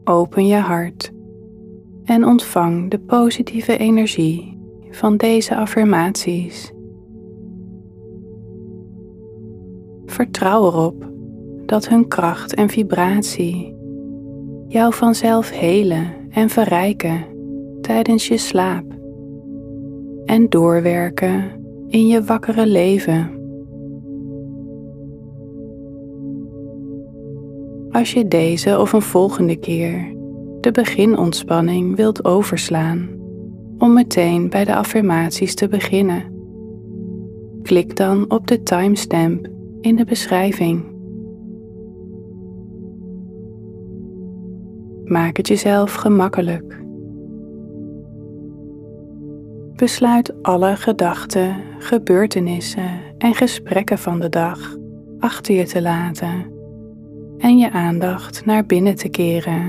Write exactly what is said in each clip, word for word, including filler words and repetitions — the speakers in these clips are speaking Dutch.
Open je hart en ontvang de positieve energie van deze affirmaties. Vertrouw erop dat hun kracht en vibratie jou vanzelf helen en verrijken tijdens je slaap en doorwerken in je wakkere leven. Als je deze of een volgende keer de beginontspanning wilt overslaan om meteen bij de affirmaties te beginnen, klik dan op de timestamp in de beschrijving. Maak het jezelf gemakkelijk. Besluit alle gedachten, gebeurtenissen en gesprekken van de dag achter je te laten en je aandacht naar binnen te keren.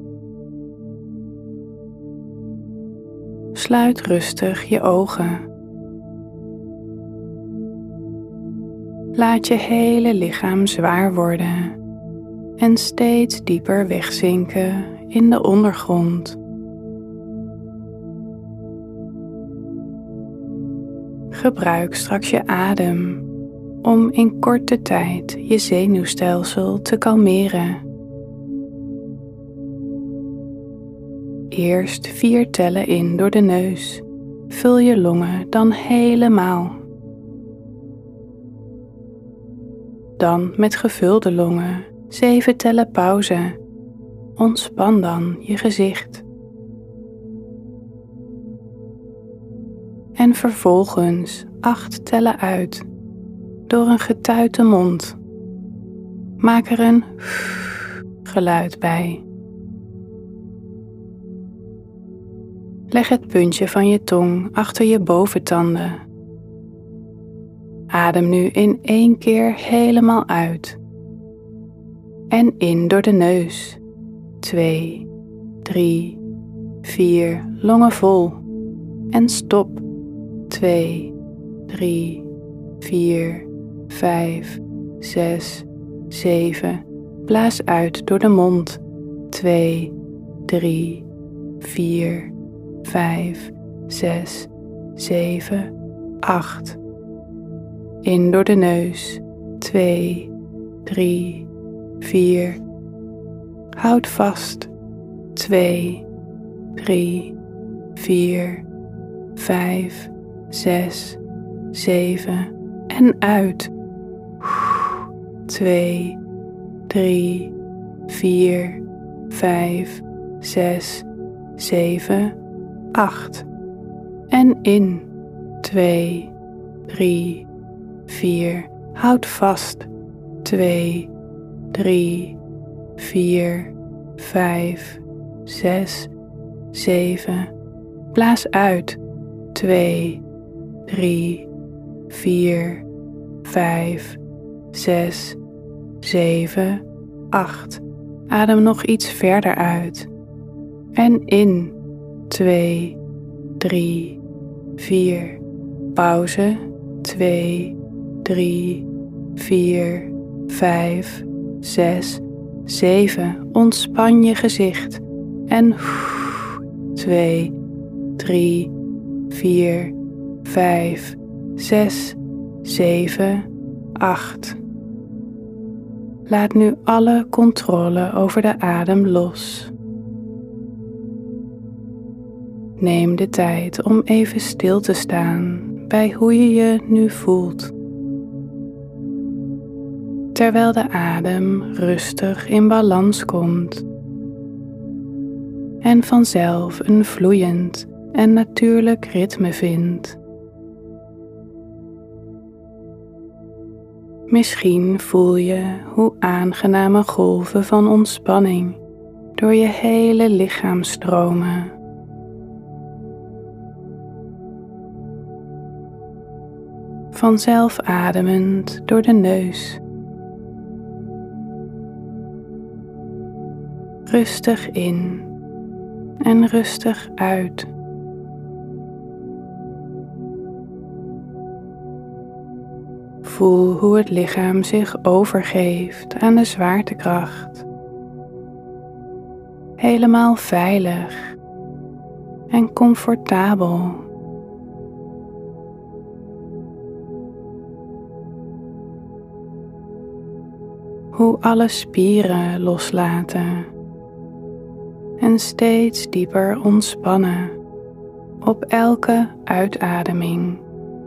Sluit rustig je ogen. Laat je hele lichaam zwaar worden en steeds dieper wegzinken in de ondergrond. Gebruik straks je adem om in korte tijd je zenuwstelsel te kalmeren. Eerst vier tellen in door de neus. Vul je longen dan helemaal. Dan met gevulde longen zeven tellen pauze. Ontspan dan je gezicht. En vervolgens acht tellen uit door een getuite mond. Maak er een geluid bij. Leg het puntje van je tong achter je boventanden. Adem nu in één keer helemaal uit. En in door de neus. Twee, drie, vier, longen vol. En stop. Twee, drie, vier, vijf, zes, zeven. Blaas uit door de mond. Twee, drie, vier, vijf, zes, zeven, acht. In door de neus. Twee, drie, vier. Houd vast. Twee, drie, vier, vijf, zes, zeven. En uit. Twee, drie, vier, vijf, zes, zeven, acht. En in. Twee, drie, vier. Houd vast. Twee, drie, vier, vijf, zes, zeven. Blaas uit. Twee, drie, vier, vijf, zes, zeven, acht. Adem nog iets verder uit. En in. Twee, drie, vier. Pauze. Twee, drie, vier, vijf, zes, zeven. Ontspan je gezicht. En twee, drie, vier, vijf, zes, zeven, acht. Laat nu alle controle over de adem los. Neem de tijd om even stil te staan bij hoe je je nu voelt. Terwijl de adem rustig in balans komt en vanzelf een vloeiend en natuurlijk ritme vindt. Misschien voel je hoe aangename golven van ontspanning door je hele lichaam stromen. Vanzelf ademend door de neus. Rustig in en rustig uit. Voel hoe het lichaam zich overgeeft aan de zwaartekracht. helemaal veilig en comfortabel. Hoe alle spieren loslaten en steeds dieper ontspannen op elke uitademing.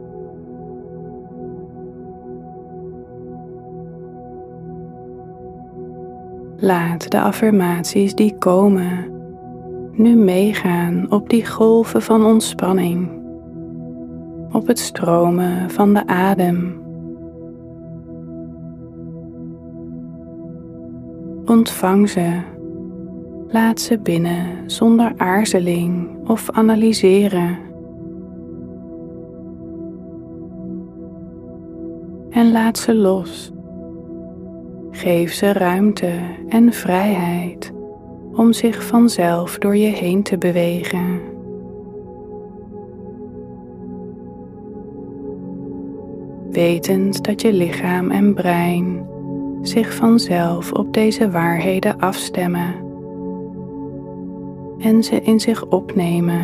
Laat de affirmaties die komen nu meegaan op die golven van ontspanning, op het stromen van de adem. Ontvang ze, laat ze binnen zonder aarzeling of analyseren. En laat ze los. Geef ze ruimte en vrijheid om zich vanzelf door je heen te bewegen. Wetend dat je lichaam en brein zich vanzelf op deze waarheden afstemmen en ze in zich opnemen,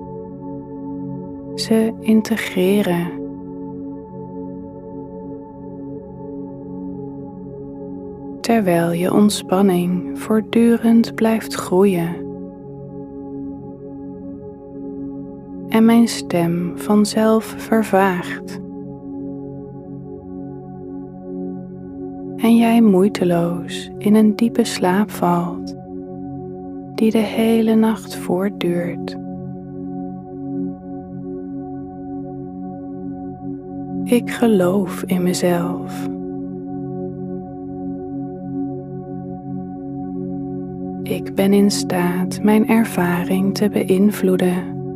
ze integreren. Terwijl je ontspanning voortdurend blijft groeien en mijn stem vanzelf vervaagt en jij moeiteloos in een diepe slaap valt die de hele nacht voortduurt. Ik geloof in mezelf. Ik ben in staat mijn ervaring te beïnvloeden.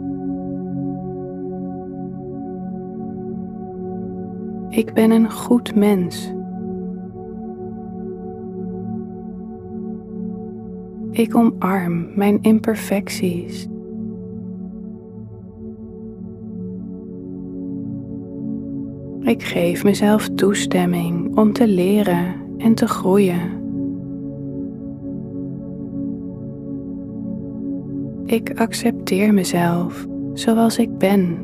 Ik ben een goed mens. Ik omarm mijn imperfecties. Ik geef mezelf toestemming om te leren en te groeien. Ik accepteer mezelf zoals ik ben.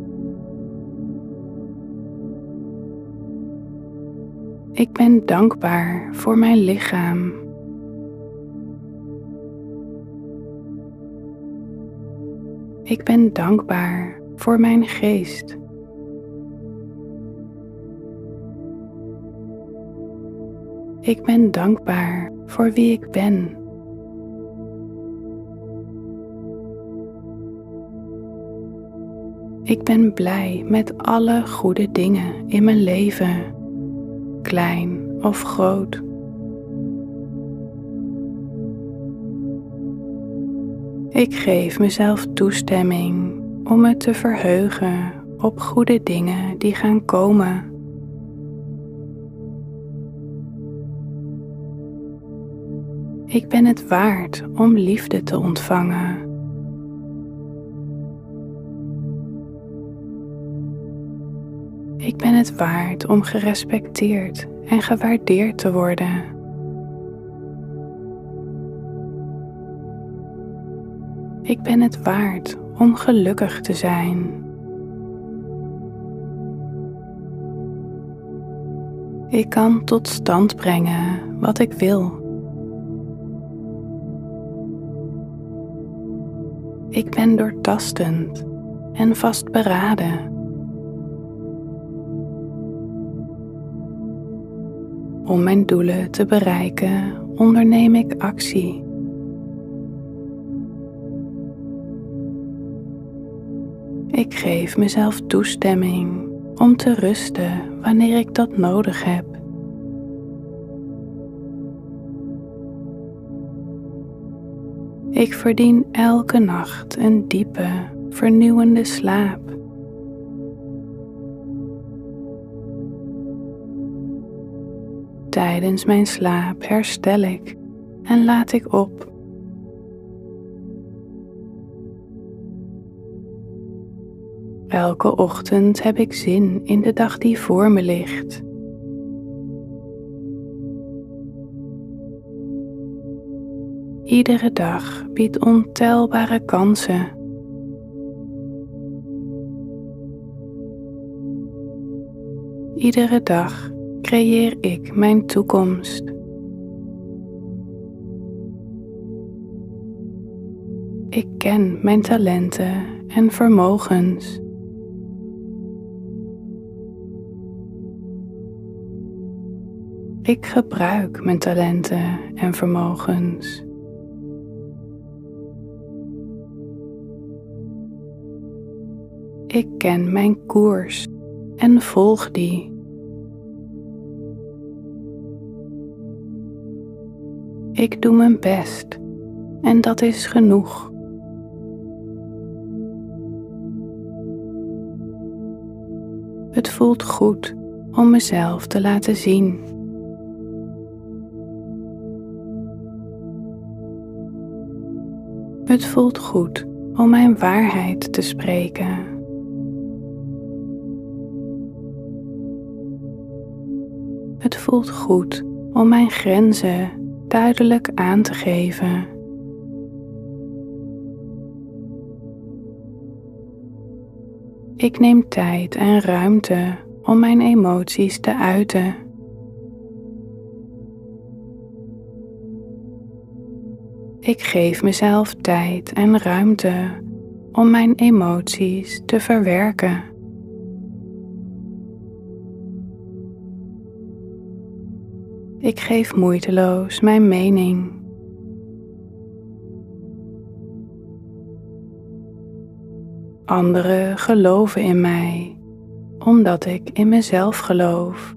Ik ben dankbaar voor mijn lichaam. Ik ben dankbaar voor mijn geest. Ik ben dankbaar voor wie ik ben. Ik ben blij met alle goede dingen in mijn leven, klein of groot. Ik geef mezelf toestemming om me te verheugen op goede dingen die gaan komen. Ik ben het waard om liefde te ontvangen. Ik ben het waard om gerespecteerd en gewaardeerd te worden. Ik ben het waard om gelukkig te zijn. Ik kan tot stand brengen wat ik wil. Ik ben doortastend en vastberaden. Om mijn doelen te bereiken, onderneem ik actie. Ik geef mezelf toestemming om te rusten wanneer ik dat nodig heb. Ik verdien elke nacht een diepe, vernieuwende slaap. Tijdens mijn slaap herstel ik en laat ik op. Elke ochtend heb ik zin in de dag die voor me ligt. Iedere dag biedt ontelbare kansen. Iedere dag creëer ik mijn toekomst. Ik ken mijn talenten en vermogens. Ik gebruik mijn talenten en vermogens. Ik ken mijn koers en volg die. Ik doe mijn best en dat is genoeg. Het voelt goed om mezelf te laten zien. Het voelt goed om mijn waarheid te spreken. Het voelt goed om mijn grenzen duidelijk aan te geven. Ik neem tijd en ruimte om mijn emoties te uiten. Ik geef mezelf tijd en ruimte om mijn emoties te verwerken. Ik geef moeiteloos mijn mening. Anderen geloven in mij, omdat ik in mezelf geloof.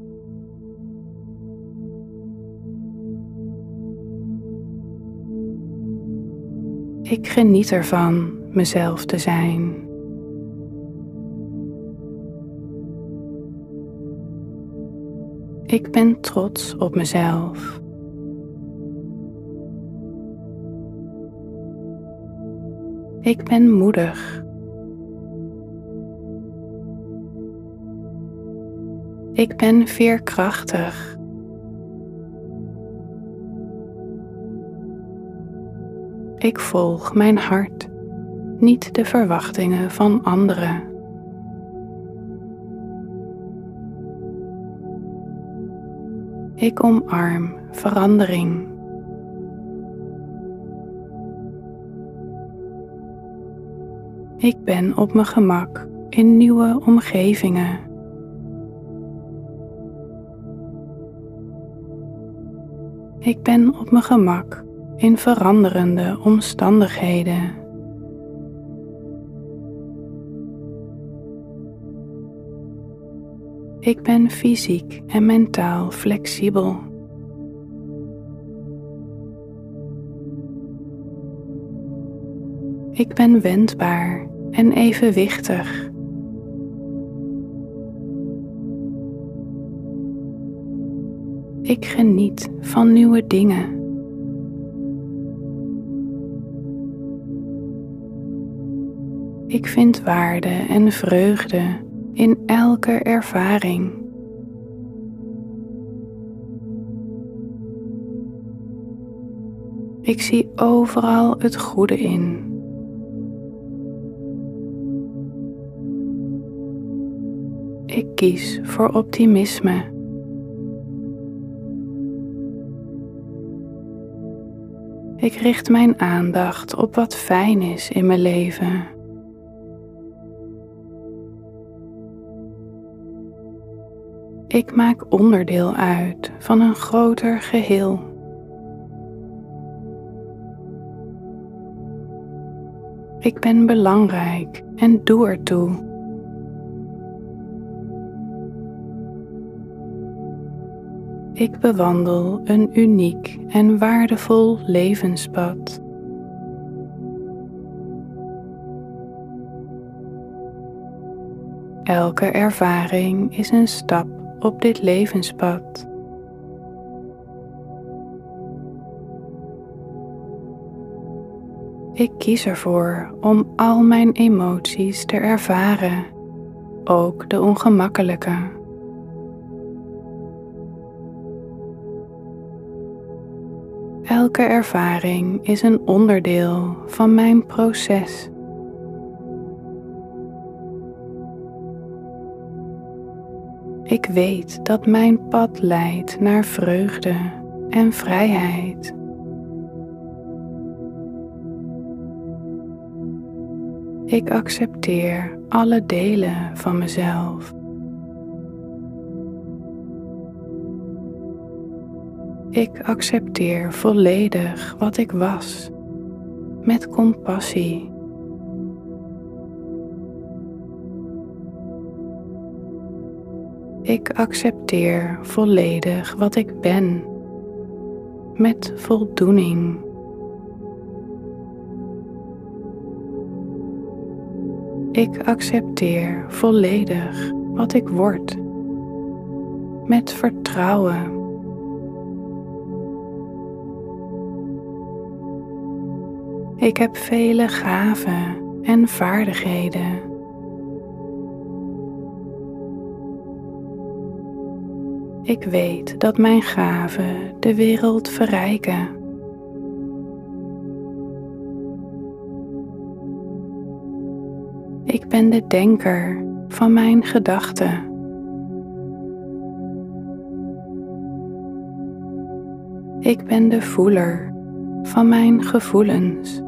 Ik geniet ervan mezelf te zijn. Ik ben trots op mezelf. Ik ben moedig. Ik ben veerkrachtig. Ik volg mijn hart, niet de verwachtingen van anderen. Ik omarm verandering. Ik ben op mijn gemak in nieuwe omgevingen. Ik ben op mijn gemak in veranderende omstandigheden. Ik ben fysiek en mentaal flexibel. Ik ben wendbaar en evenwichtig. Ik geniet van nieuwe dingen. Ik vind waarde en vreugde in elke ervaring. Ik zie overal het goede in. Ik kies voor optimisme. Ik richt mijn aandacht op wat fijn is in mijn leven. Ik maak onderdeel uit van een groter geheel. Ik ben belangrijk en doe ertoe. Ik bewandel een uniek en waardevol levenspad. Elke ervaring is een stap op dit levenspad. Ik kies ervoor om al mijn emoties te ervaren, ook de ongemakkelijke. Elke ervaring is een onderdeel van mijn proces. Ik weet dat mijn pad leidt naar vreugde en vrijheid. Ik accepteer alle delen van mezelf. Ik accepteer volledig wat ik was, met compassie. Ik accepteer volledig wat ik ben, met voldoening. Ik accepteer volledig wat ik word, met vertrouwen. Ik heb vele gaven en vaardigheden. Ik weet dat mijn gaven de wereld verrijken. Ik ben de denker van mijn gedachten. Ik ben de voeler van mijn gevoelens.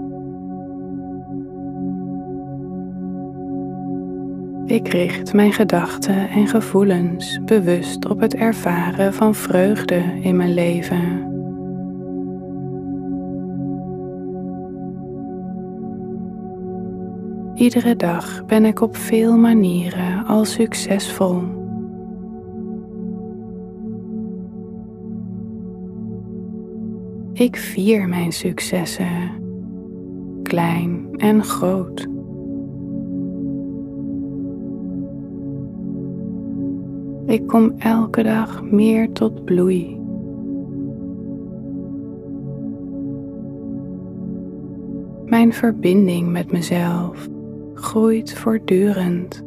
Ik richt mijn gedachten en gevoelens bewust op het ervaren van vreugde in mijn leven. Iedere dag ben ik op veel manieren al succesvol. Ik vier mijn successen, klein en groot. Ik kom elke dag meer tot bloei. Mijn verbinding met mezelf groeit voortdurend.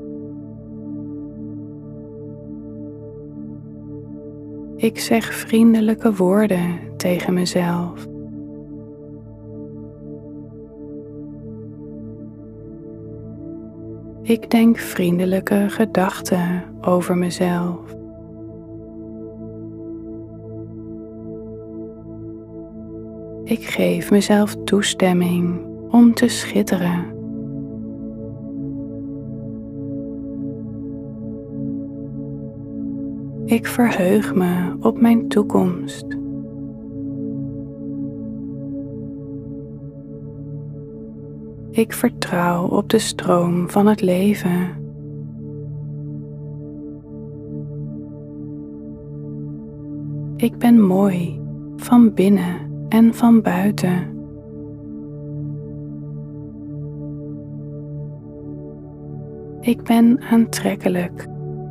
Ik zeg vriendelijke woorden tegen mezelf. Ik denk vriendelijke gedachten over mezelf. Ik geef mezelf toestemming om te schitteren. Ik verheug me op mijn toekomst. Ik vertrouw op de stroom van het leven. Ik ben mooi van binnen en van buiten. Ik ben aantrekkelijk.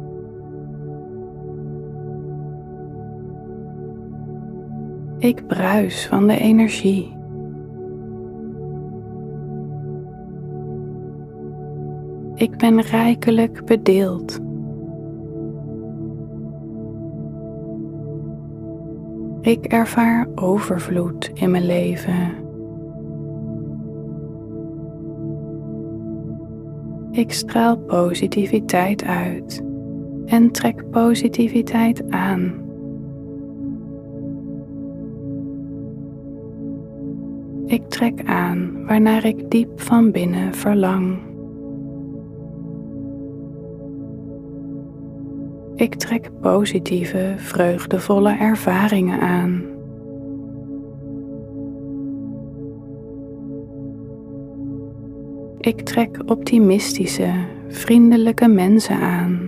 Ik bruis van de energie. Ik ben rijkelijk bedeeld. Ik ervaar overvloed in mijn leven. Ik straal positiviteit uit en trek positiviteit aan. Ik trek aan waarnaar ik diep van binnen verlang. Ik trek positieve, vreugdevolle ervaringen aan. Ik trek optimistische, vriendelijke mensen aan.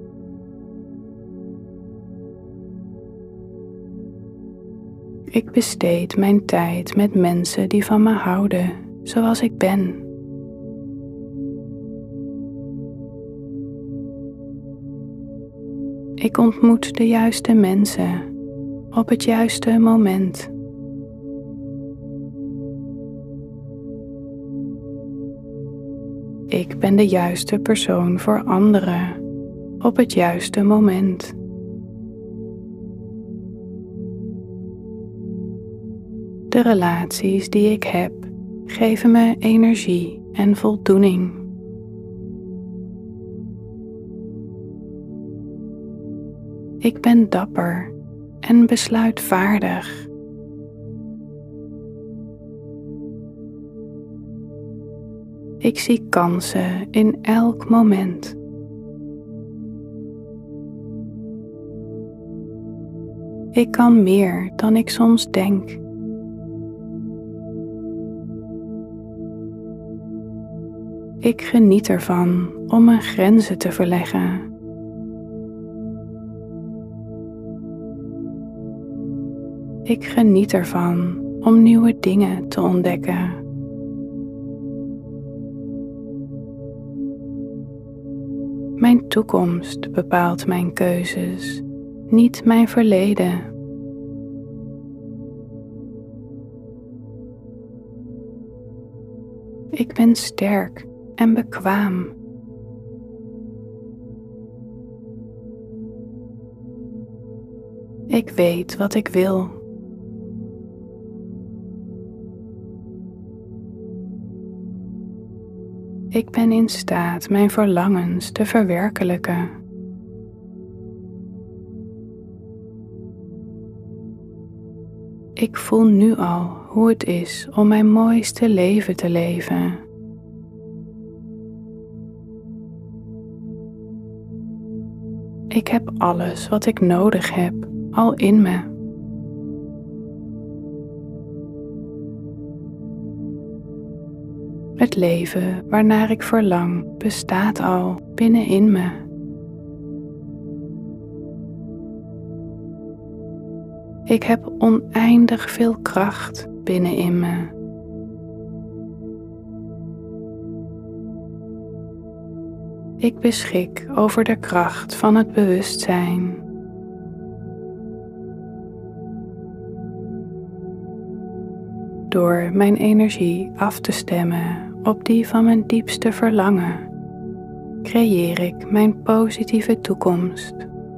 Ik besteed mijn tijd met mensen die van me houden, zoals ik ben. Ik ontmoet de juiste mensen op het juiste moment. Ik ben de juiste persoon voor anderen op het juiste moment. De relaties die ik heb, geven me energie en voldoening. Ik ben dapper en besluitvaardig. Ik zie kansen in elk moment. Ik kan meer dan ik soms denk. Ik geniet ervan om mijn grenzen te verleggen. Ik geniet ervan om nieuwe dingen te ontdekken. Mijn toekomst bepaalt mijn keuzes, niet mijn verleden. Ik ben sterk en bekwaam. Ik weet wat ik wil. Ik ben in staat mijn verlangens te verwerkelijken. Ik voel nu al hoe het is om mijn mooiste leven te leven. Ik heb alles wat ik nodig heb al in me. Het leven waarnaar ik verlang bestaat al binnenin me. Ik heb oneindig veel kracht binnenin me. Ik beschik over de kracht van het bewustzijn. Door mijn energie af te stemmen op die van mijn diepste verlangen, creëer ik mijn positieve toekomst.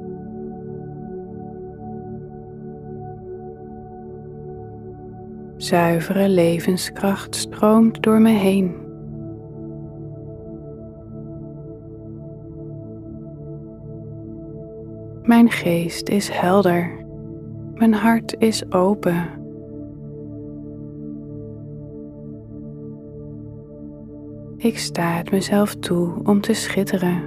Zuivere levenskracht stroomt door me heen. Mijn geest is helder. Mijn hart is open. Ik sta het mezelf toe om te schitteren.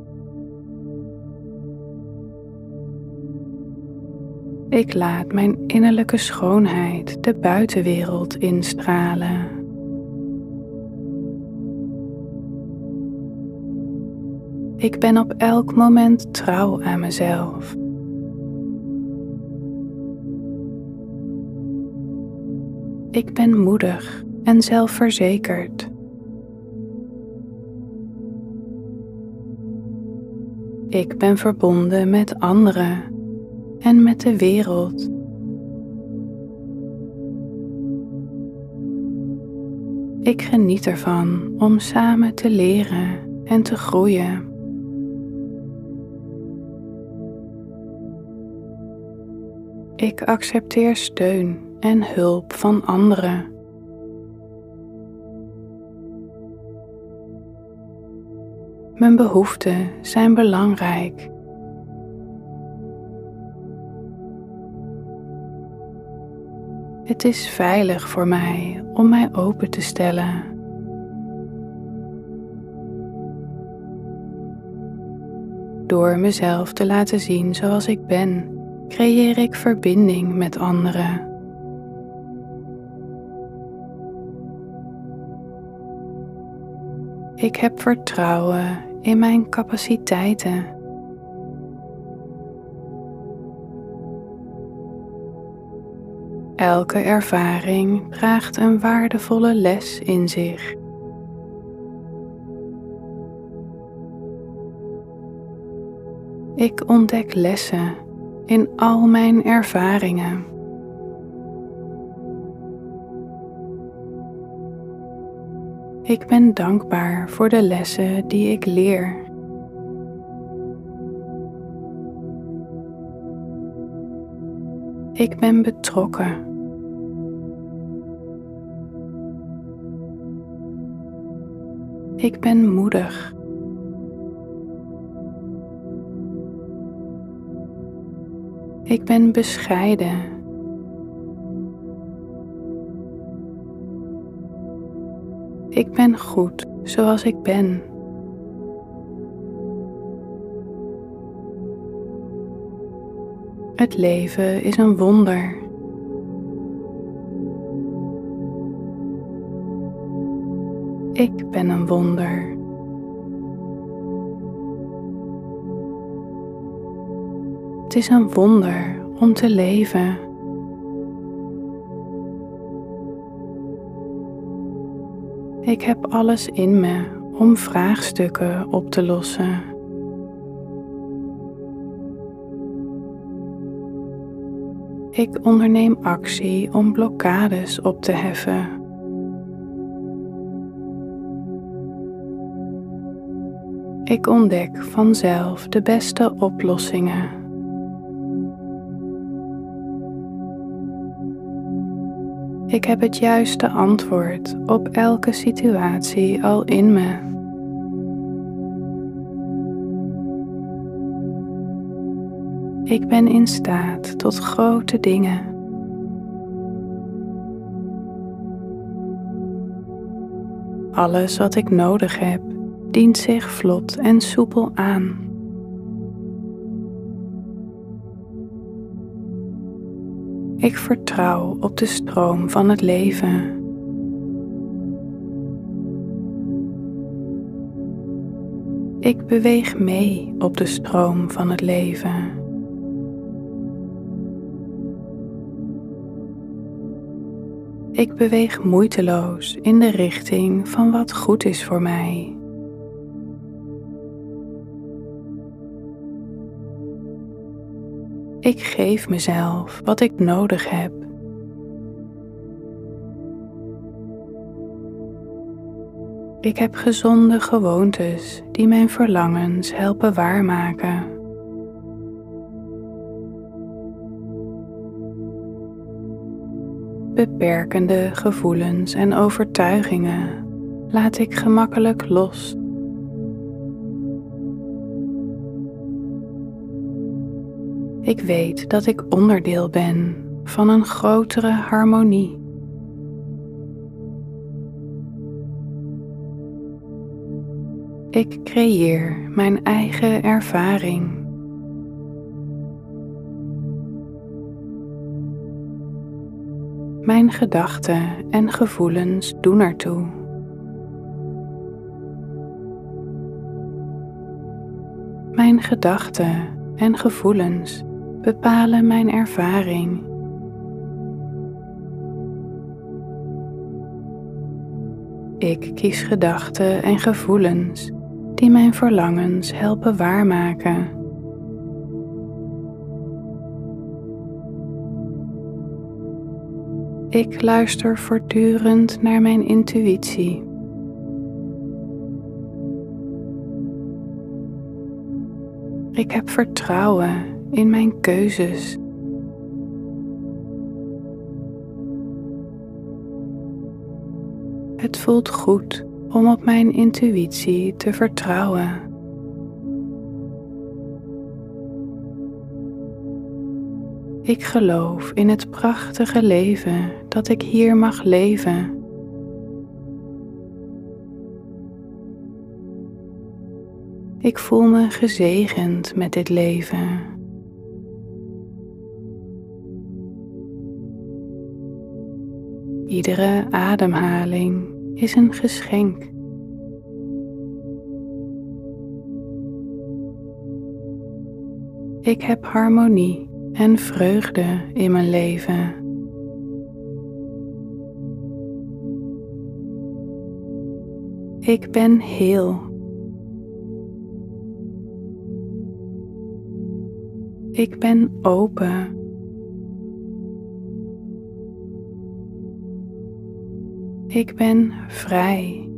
Ik laat mijn innerlijke schoonheid de buitenwereld instralen. Ik ben op elk moment trouw aan mezelf. Ik ben moedig en zelfverzekerd. Ik ben verbonden met anderen en met de wereld. Ik geniet ervan om samen te leren en te groeien. Ik accepteer steun en hulp van anderen. Mijn behoeften zijn belangrijk. Het is veilig voor mij om mij open te stellen. Door mezelf te laten zien zoals ik ben, creëer ik verbinding met anderen. Ik heb vertrouwen in mijn capaciteiten. Elke ervaring draagt een waardevolle les in zich. Ik ontdek lessen in al mijn ervaringen. Ik ben dankbaar voor de lessen die ik leer. Ik ben betrokken. Ik ben moedig. Ik ben bescheiden. Ik ben goed zoals ik ben. Het leven is een wonder. Ik ben een wonder. Het is een wonder om te leven. Ik heb alles in me om vraagstukken op te lossen. Ik onderneem actie om blokkades op te heffen. Ik ontdek vanzelf de beste oplossingen. Ik heb het juiste antwoord op elke situatie al in me. Ik ben in staat tot grote dingen. Alles wat ik nodig heb, dient zich vlot en soepel aan. Ik vertrouw op de stroom van het leven. Ik beweeg mee op de stroom van het leven. Ik beweeg moeiteloos in de richting van wat goed is voor mij. Ik geef mezelf wat ik nodig heb. Ik heb gezonde gewoontes die mijn verlangens helpen waarmaken. Beperkende gevoelens en overtuigingen laat ik gemakkelijk los. Ik weet dat ik onderdeel ben van een grotere harmonie. Ik creëer mijn eigen ervaring. Mijn gedachten en gevoelens doen ertoe. Mijn gedachten en gevoelens bepalen mijn ervaring. Ik kies gedachten en gevoelens die mijn verlangens helpen waarmaken. Ik luister voortdurend naar mijn intuïtie. Ik heb vertrouwen in mijn keuzes. Het voelt goed om op mijn intuïtie te vertrouwen. Ik geloof in het prachtige leven dat ik hier mag leven. Ik voel me gezegend met dit leven. Iedere ademhaling is een geschenk. Ik heb harmonie en vreugde in mijn leven. Ik ben heel. Ik ben open. Ik ben vrij.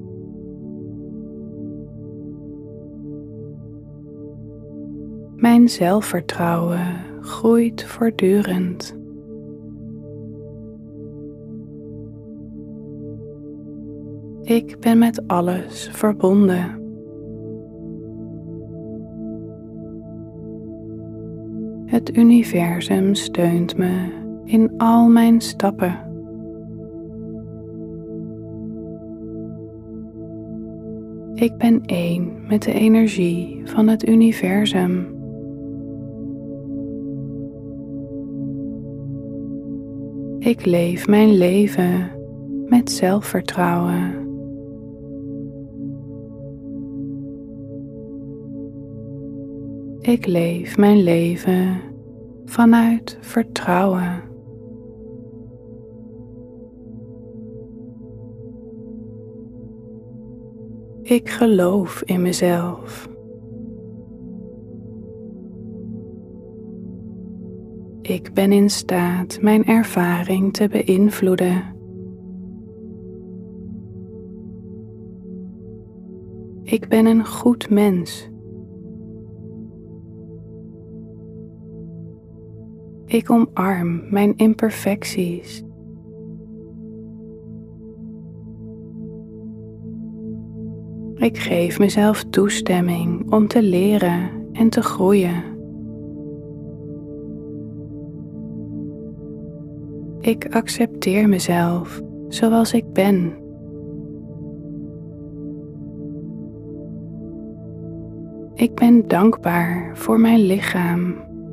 Mijn zelfvertrouwen groeit voortdurend. Ik ben met alles verbonden. Het universum steunt me in al mijn stappen. Ik ben één met de energie van het universum. Ik leef mijn leven met zelfvertrouwen. Ik leef mijn leven vanuit vertrouwen. Ik geloof in mezelf. Ik ben in staat mijn ervaring te beïnvloeden. Ik ben een goed mens. Ik omarm mijn imperfecties. Ik geef mezelf toestemming om te leren en te groeien. Ik accepteer mezelf zoals ik ben. Ik ben dankbaar voor mijn lichaam.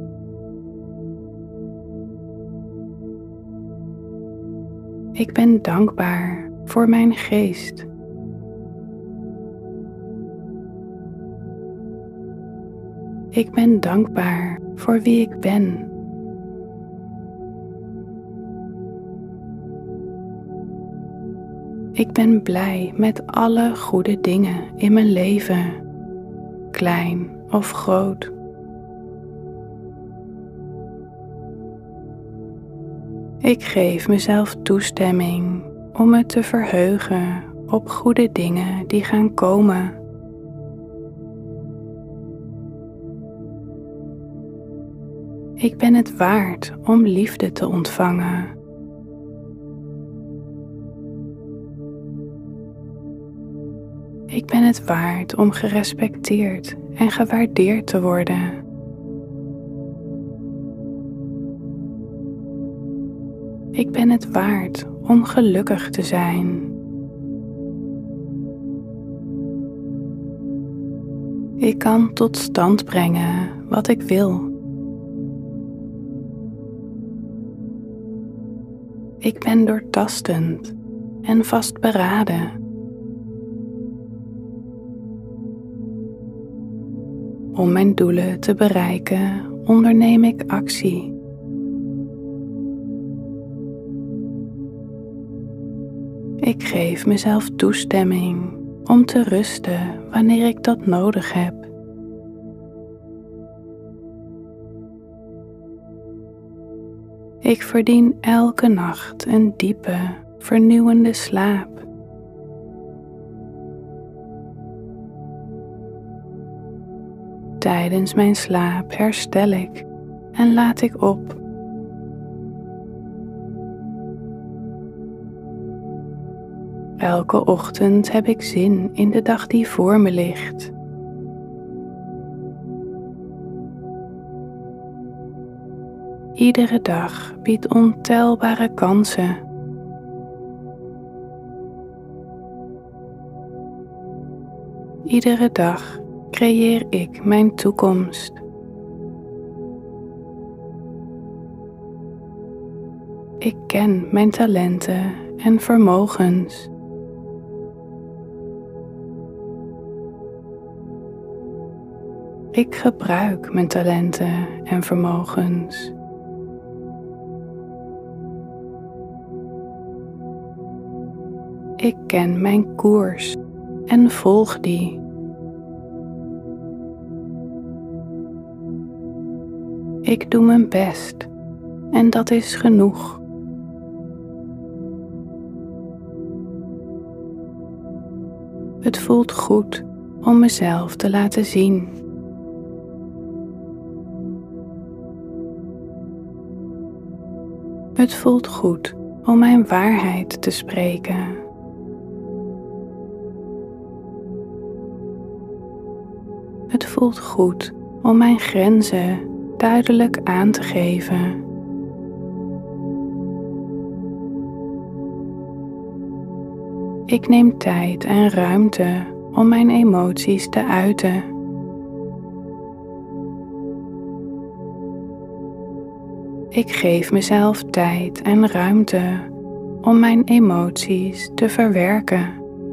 Ik ben dankbaar voor mijn geest. Ik ben dankbaar voor wie ik ben. Ik ben blij met alle goede dingen in mijn leven, klein of groot. Ik geef mezelf toestemming om me te verheugen op goede dingen die gaan komen. Ik ben het waard om liefde te ontvangen. Ik ben het waard om gerespecteerd en gewaardeerd te worden. Ik ben het waard om gelukkig te zijn. Ik kan tot stand brengen wat ik wil. Ik ben doortastend en vastberaden. Om mijn doelen te bereiken, onderneem ik actie. Ik geef mezelf toestemming om te rusten wanneer ik dat nodig heb. Ik verdien elke nacht een diepe, vernieuwende slaap. Tijdens mijn slaap herstel ik en laat ik op. Elke ochtend heb ik zin in de dag die voor me ligt. Iedere dag biedt ontelbare kansen. Iedere dag creëer ik mijn toekomst. Ik ken mijn talenten en vermogens. Ik gebruik mijn talenten en vermogens. Ik ken mijn koers en volg die. Ik doe mijn best en dat is genoeg. Het voelt goed om mezelf te laten zien. Het voelt goed om mijn waarheid te spreken. voelt goed om mijn grenzen duidelijk aan te geven. Ik neem tijd en ruimte om mijn emoties te uiten. Ik geef mezelf tijd en ruimte om mijn emoties te verwerken.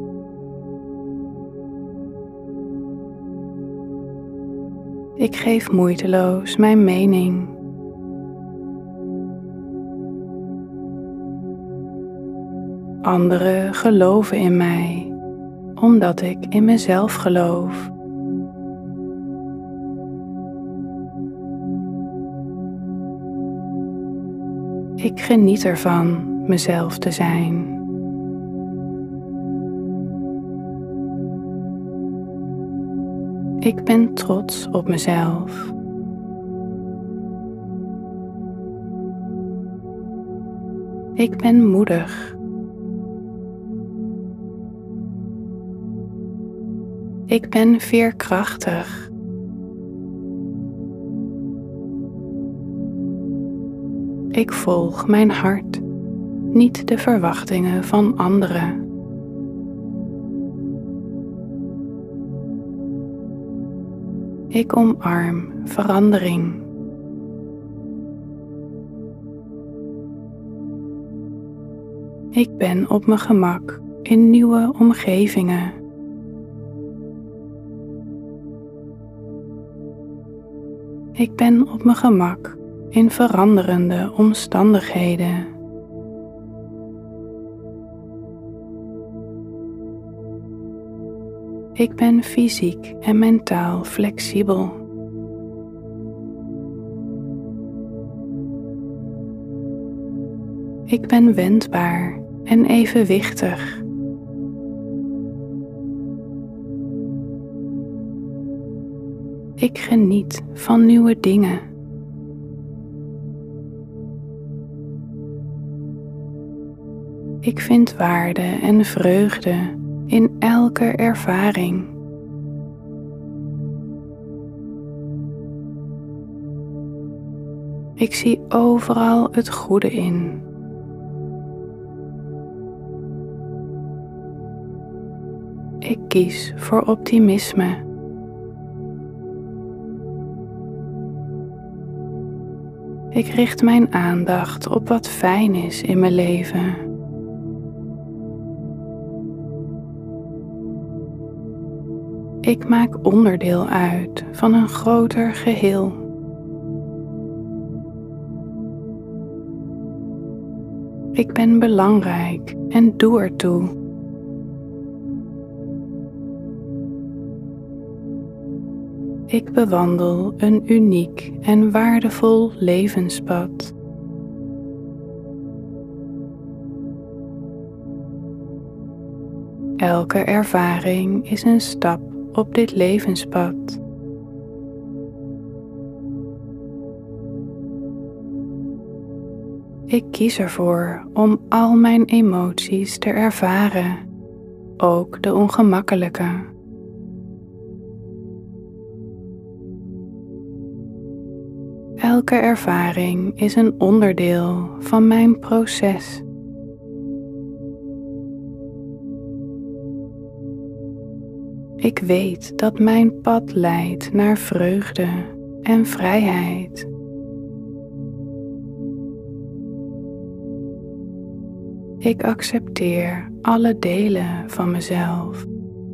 Ik geef moeiteloos mijn mening. Anderen geloven in mij, omdat ik in mezelf geloof. Ik geniet ervan mezelf te zijn. Ik ben trots op mezelf. Ik ben moedig. Ik ben veerkrachtig. Ik volg mijn hart, niet de verwachtingen van anderen. Ik omarm verandering. Ik ben op mijn gemak in nieuwe omgevingen. Ik ben op mijn gemak in veranderende omstandigheden. Ik ben fysiek en mentaal flexibel. Ik ben wendbaar en evenwichtig. Ik geniet van nieuwe dingen. Ik vind waarde en vreugde in elke ervaring. Ik zie overal het goede in. Ik kies voor optimisme. Ik richt mijn aandacht op wat fijn is in mijn leven. Ik maak onderdeel uit van een groter geheel. Ik ben belangrijk en doe ertoe. Ik bewandel een uniek en waardevol levenspad. Elke ervaring is een stap op dit levenspad. Ik kies ervoor om al mijn emoties te ervaren, ook de ongemakkelijke. Elke ervaring is een onderdeel van mijn proces. Ik weet dat mijn pad leidt naar vreugde en vrijheid. Ik accepteer alle delen van mezelf.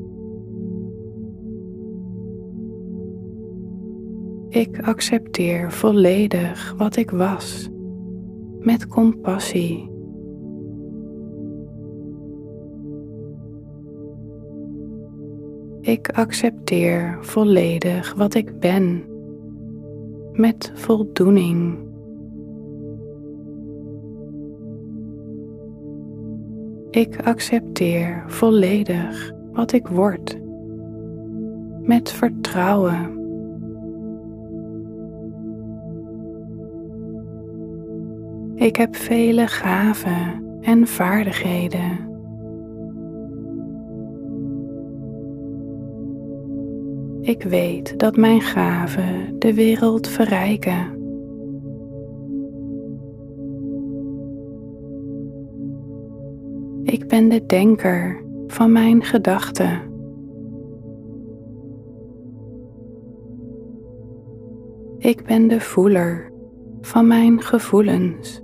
Ik accepteer volledig wat ik was, met compassie. Ik accepteer volledig wat ik ben, met voldoening. Ik accepteer volledig wat ik word, met vertrouwen. Ik heb vele gaven en vaardigheden. Ik weet dat mijn gaven de wereld verrijken. Ik ben de denker van mijn gedachten. Ik ben de voeler van mijn gevoelens.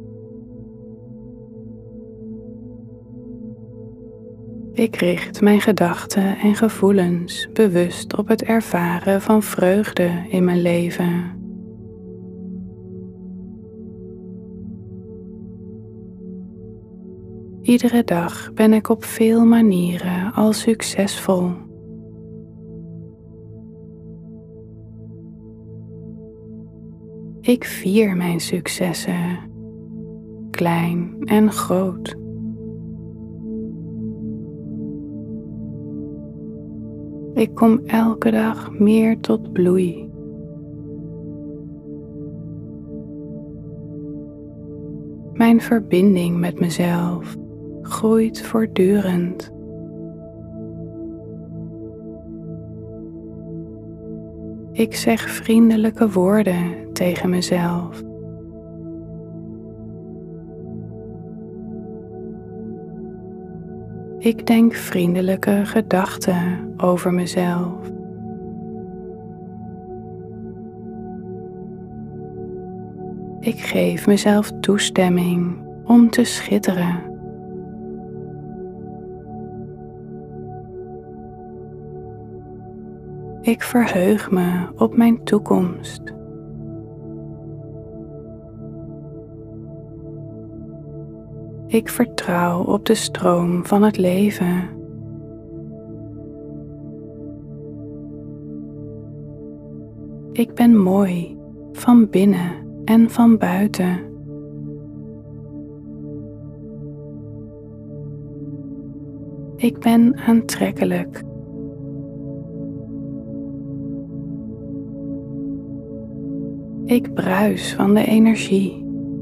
Ik richt mijn gedachten en gevoelens bewust op het ervaren van vreugde in mijn leven. Iedere dag ben ik op veel manieren al succesvol. Ik vier mijn successen, klein en groot. Ik kom elke dag meer tot bloei. Mijn verbinding met mezelf groeit voortdurend. Ik zeg vriendelijke woorden tegen mezelf. Ik denk vriendelijke gedachten over mezelf. Ik geef mezelf toestemming om te schitteren. Ik verheug me op mijn toekomst. Ik vertrouw op de stroom van het leven. Ik ben mooi van binnen en van buiten. Ik ben aantrekkelijk. Ik bruis van de energie.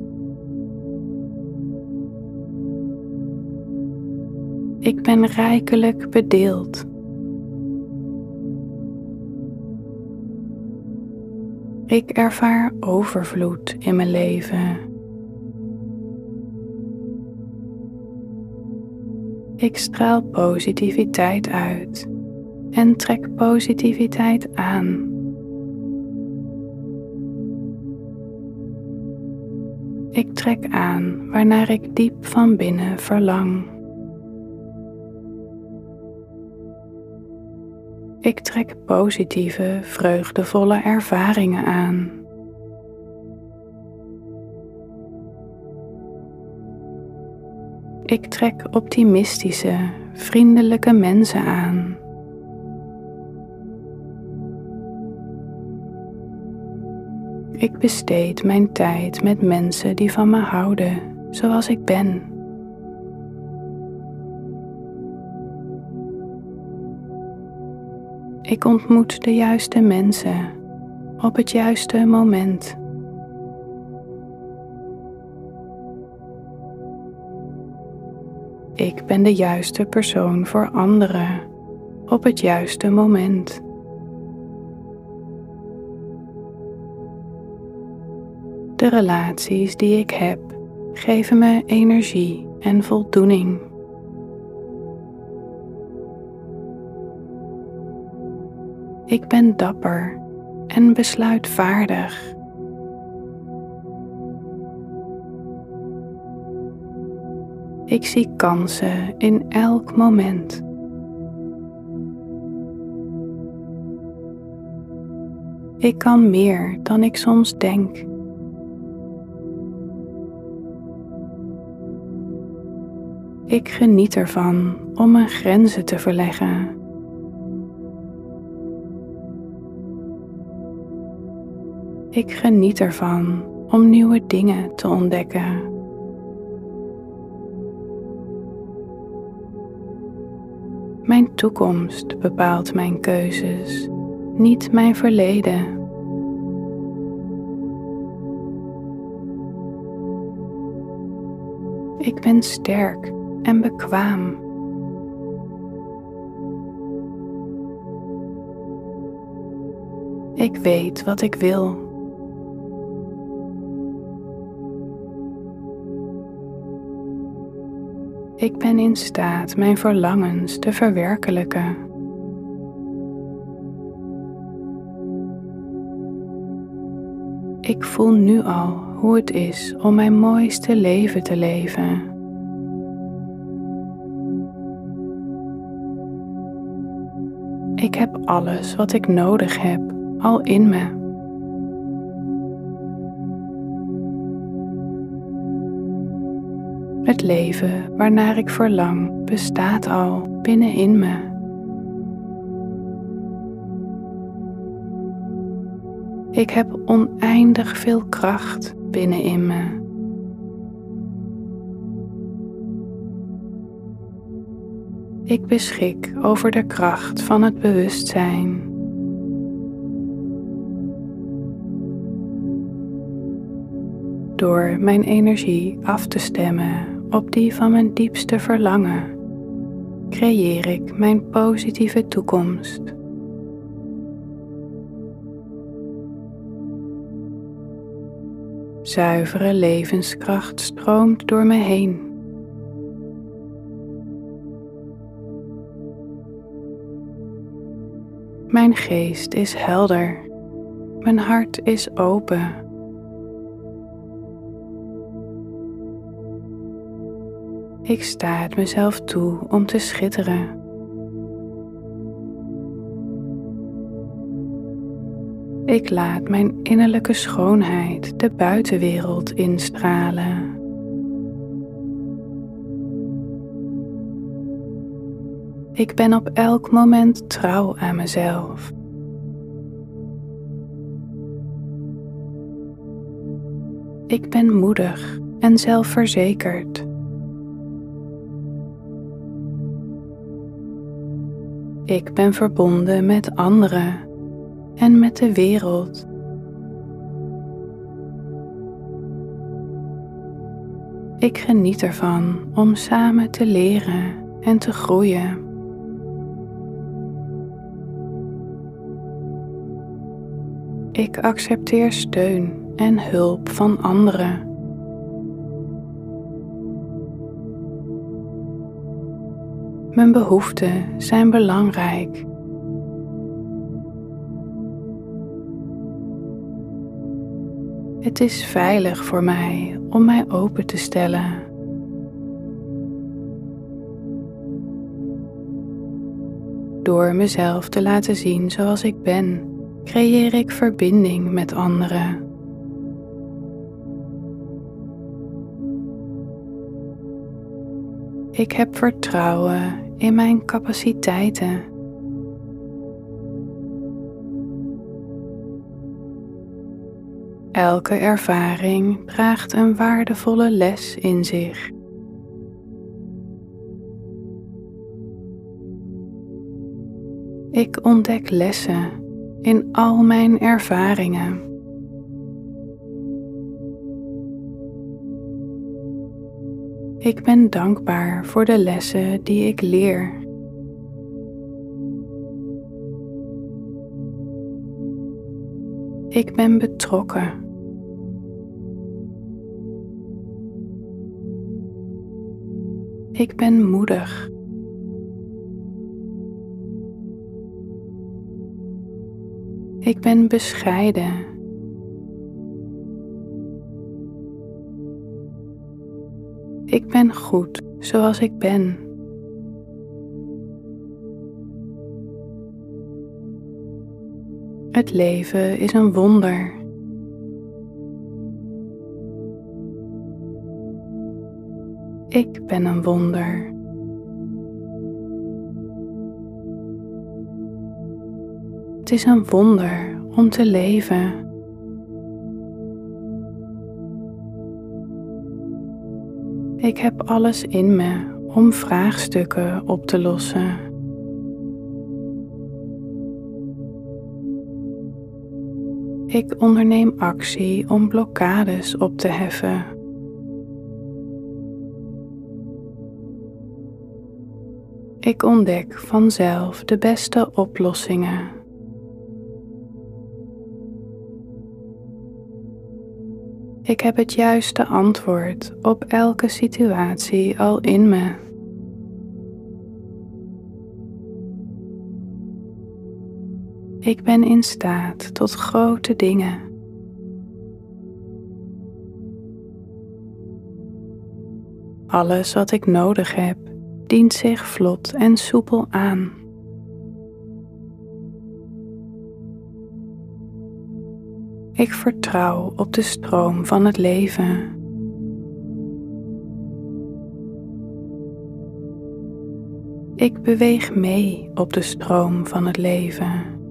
Ik ben rijkelijk bedeeld. Ik ervaar overvloed in mijn leven. Ik straal positiviteit uit en trek positiviteit aan. Ik trek aan waarnaar ik diep van binnen verlang. Ik trek positieve, vreugdevolle ervaringen aan. Ik trek optimistische, vriendelijke mensen aan. Ik besteed mijn tijd met mensen die van me houden, zoals ik ben. Ik ontmoet de juiste mensen op het juiste moment. Ik ben de juiste persoon voor anderen op het juiste moment. De relaties die ik heb geven me energie en voldoening. Ik ben dapper en besluitvaardig. Ik zie kansen in elk moment. Ik kan meer dan ik soms denk. Ik geniet ervan om mijn grenzen te verleggen. Ik geniet ervan om nieuwe dingen te ontdekken. Mijn toekomst bepaalt mijn keuzes, niet mijn verleden. Ik ben sterk en bekwaam. Ik weet wat ik wil. Ik ben in staat mijn verlangens te verwerkelijken. Ik voel nu al hoe het is om mijn mooiste leven te leven. Ik heb alles wat ik nodig heb al in me. Het leven waarnaar ik verlang bestaat al binnenin me. Ik heb oneindig veel kracht binnenin me. Ik beschik over de kracht van het bewustzijn. Door mijn energie af te stemmen op die van mijn diepste verlangen, creëer ik mijn positieve toekomst. Zuivere levenskracht stroomt door me heen. Mijn geest is helder. Mijn hart is open. Ik sta het mezelf toe om te schitteren. Ik laat mijn innerlijke schoonheid de buitenwereld instralen. Ik ben op elk moment trouw aan mezelf. Ik ben moedig en zelfverzekerd. Ik ben verbonden met anderen en met de wereld. Ik geniet ervan om samen te leren en te groeien. Ik accepteer steun en hulp van anderen. Mijn behoeften zijn belangrijk. Het is veilig voor mij om mij open te stellen. Door mezelf te laten zien zoals ik ben, creëer ik verbinding met anderen. Ik heb vertrouwen in mijn capaciteiten. Elke ervaring draagt een waardevolle les in zich. Ik ontdek lessen in al mijn ervaringen. Ik ben dankbaar voor de lessen die ik leer. Ik ben betrokken. Ik ben moedig. Ik ben bescheiden. Ik ben goed zoals ik ben. Het leven is een wonder. Ik ben een wonder. Het is een wonder om te leven. Ik heb alles in me om vraagstukken op te lossen. Ik onderneem actie om blokkades op te heffen. Ik ontdek vanzelf de beste oplossingen. Ik heb het juiste antwoord op elke situatie al in me. Ik ben in staat tot grote dingen. Alles wat ik nodig heb, dient zich vlot en soepel aan. Ik vertrouw op de stroom van het leven. Ik beweeg mee op de stroom van het leven.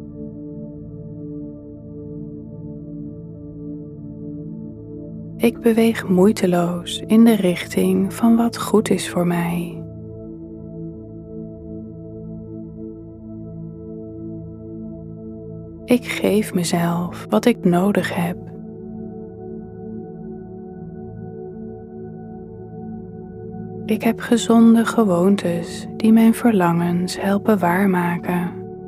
Ik beweeg moeiteloos in de richting van wat goed is voor mij. Ik geef mezelf wat ik nodig heb. Ik heb gezonde gewoontes die mijn verlangens helpen waarmaken.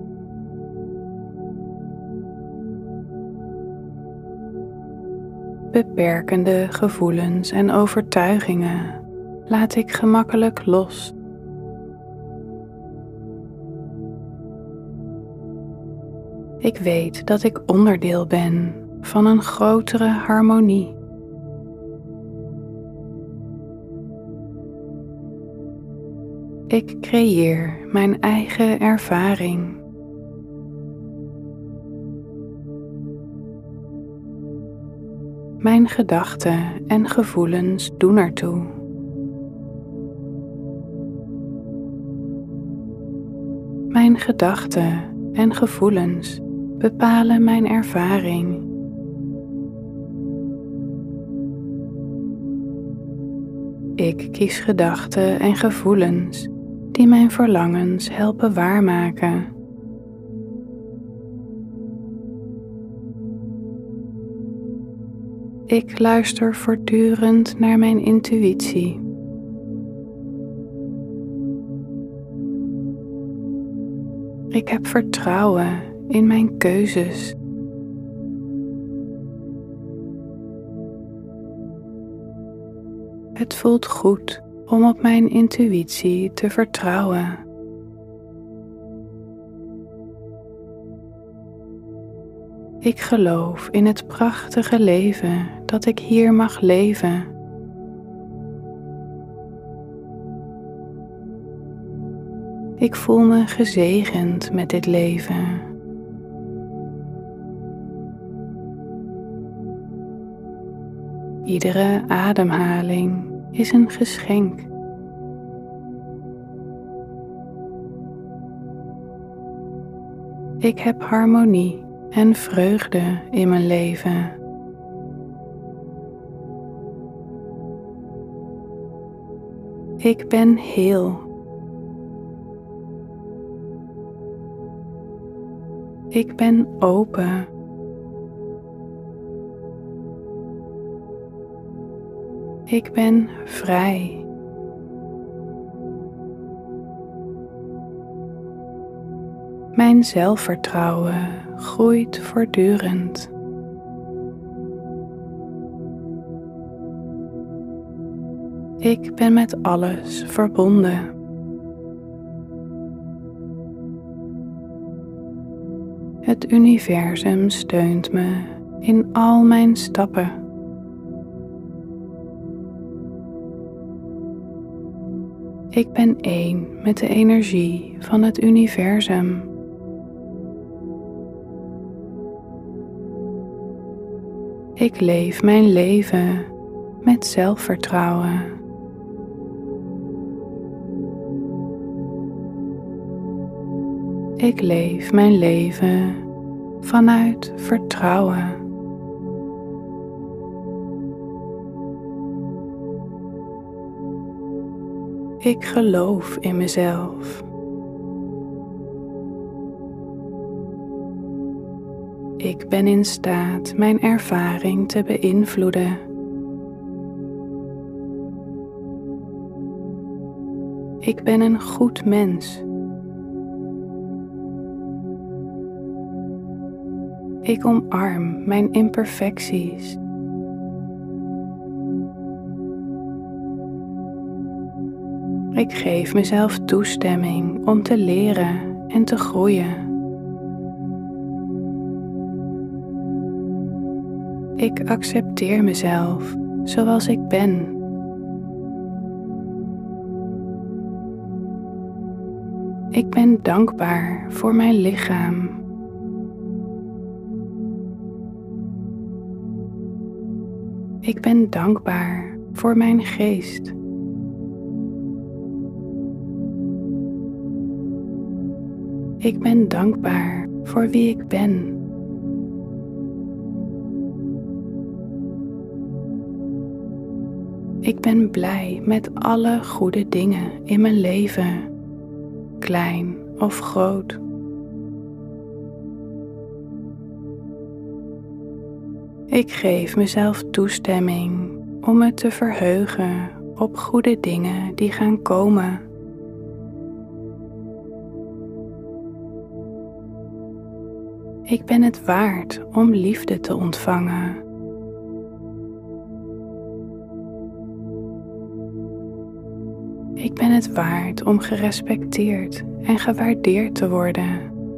Beperkende gevoelens en overtuigingen laat ik gemakkelijk los. Ik weet dat ik onderdeel ben van een grotere harmonie. Ik creëer mijn eigen ervaring. Mijn gedachten en gevoelens doen ertoe. Mijn gedachten en gevoelens bepalen mijn ervaring. Ik kies gedachten en gevoelens die mijn verlangens helpen waarmaken. Ik luister voortdurend naar mijn intuïtie. Ik heb vertrouwen in mijn keuzes. Het voelt goed om op mijn intuïtie te vertrouwen. Ik geloof in het prachtige leven dat ik hier mag leven. Ik voel me gezegend met dit leven. Iedere ademhaling is een geschenk. Ik heb harmonie en vreugde in mijn leven. Ik ben heel. Ik ben open. Ik ben vrij. Mijn zelfvertrouwen groeit voortdurend. Ik ben met alles verbonden. Het universum steunt me in al mijn stappen. Ik ben één met de energie van het universum. Ik leef mijn leven met zelfvertrouwen. Ik leef mijn leven vanuit vertrouwen. Ik geloof in mezelf. Ik ben in staat mijn ervaring te beïnvloeden. Ik ben een goed mens. Ik omarm mijn imperfecties. Ik geef mezelf toestemming om te leren en te groeien. Ik accepteer mezelf zoals ik ben. Ik ben dankbaar voor mijn lichaam. Ik ben dankbaar voor mijn geest. Ik ben dankbaar voor wie ik ben. Ik ben blij met alle goede dingen in mijn leven, klein of groot. Ik geef mezelf toestemming om me te verheugen op goede dingen die gaan komen. Ik ben het waard om liefde te ontvangen. Ik ben het waard om gerespecteerd en gewaardeerd te worden.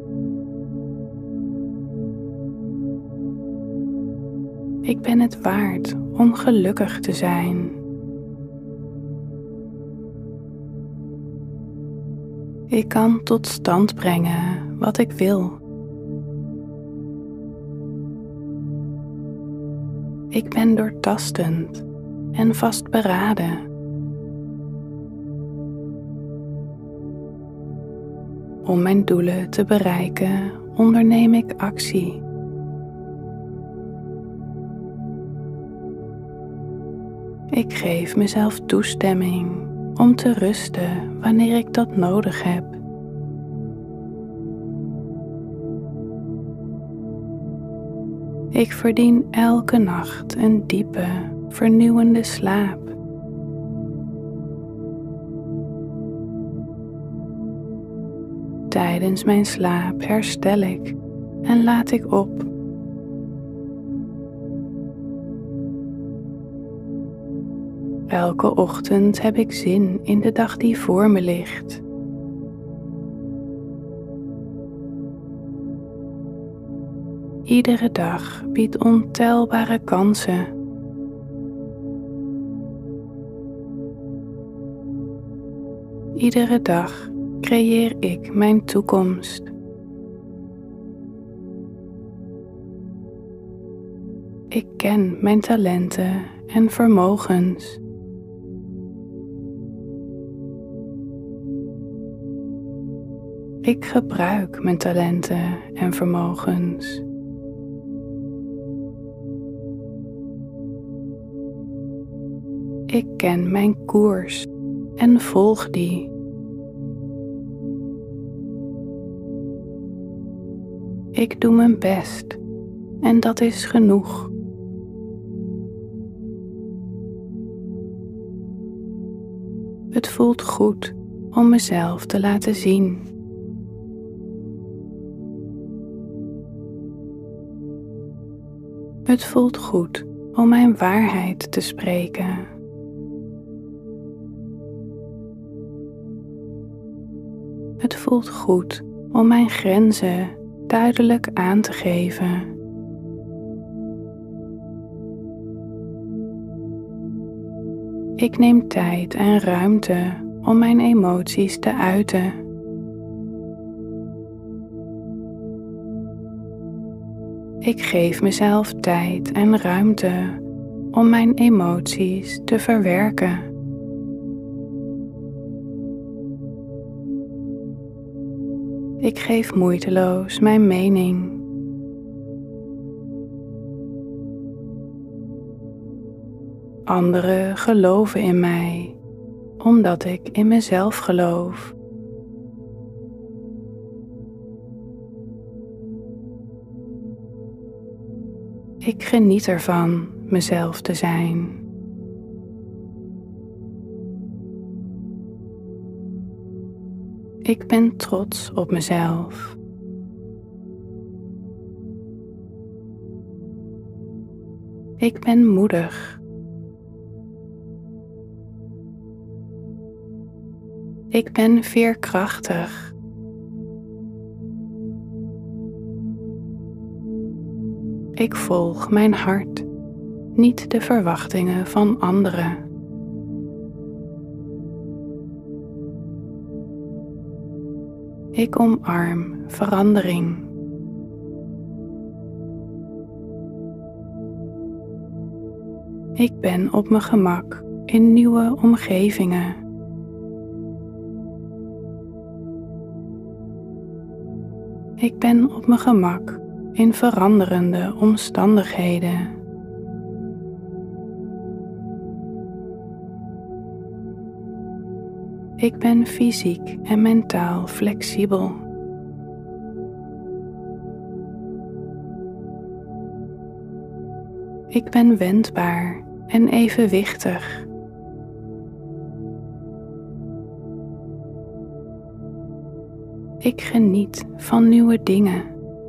Ik ben het waard om gelukkig te zijn. Ik kan tot stand brengen wat ik wil. Ik ben doortastend en vastberaden. Om mijn doelen te bereiken, onderneem ik actie. Ik geef mezelf toestemming om te rusten wanneer ik dat nodig heb. Ik verdien elke nacht een diepe, vernieuwende slaap. Tijdens mijn slaap herstel ik en laat ik op. Elke ochtend heb ik zin in de dag die voor me ligt. Iedere dag biedt ontelbare kansen. Iedere dag creëer ik mijn toekomst. Ik ken mijn talenten en vermogens. Ik gebruik mijn talenten en vermogens. Ik ken mijn koers en volg die. Ik doe mijn best en dat is genoeg. Het voelt goed om mezelf te laten zien. Het voelt goed om mijn waarheid te spreken. Het voelt goed om mijn grenzen duidelijk aan te geven. Ik neem tijd en ruimte om mijn emoties te uiten. Ik geef mezelf tijd en ruimte om mijn emoties te verwerken. Ik geef moeiteloos mijn mening. Anderen geloven in mij, omdat ik in mezelf geloof. Ik geniet ervan mezelf te zijn. Ik ben trots op mezelf. Ik ben moedig. Ik ben veerkrachtig. Ik volg mijn hart, niet de verwachtingen van anderen. Ik omarm verandering. Ik ben op mijn gemak in nieuwe omgevingen. Ik ben op mijn gemak in veranderende omstandigheden. Ik ben fysiek en mentaal flexibel. Ik ben wendbaar en evenwichtig. Ik geniet van nieuwe dingen.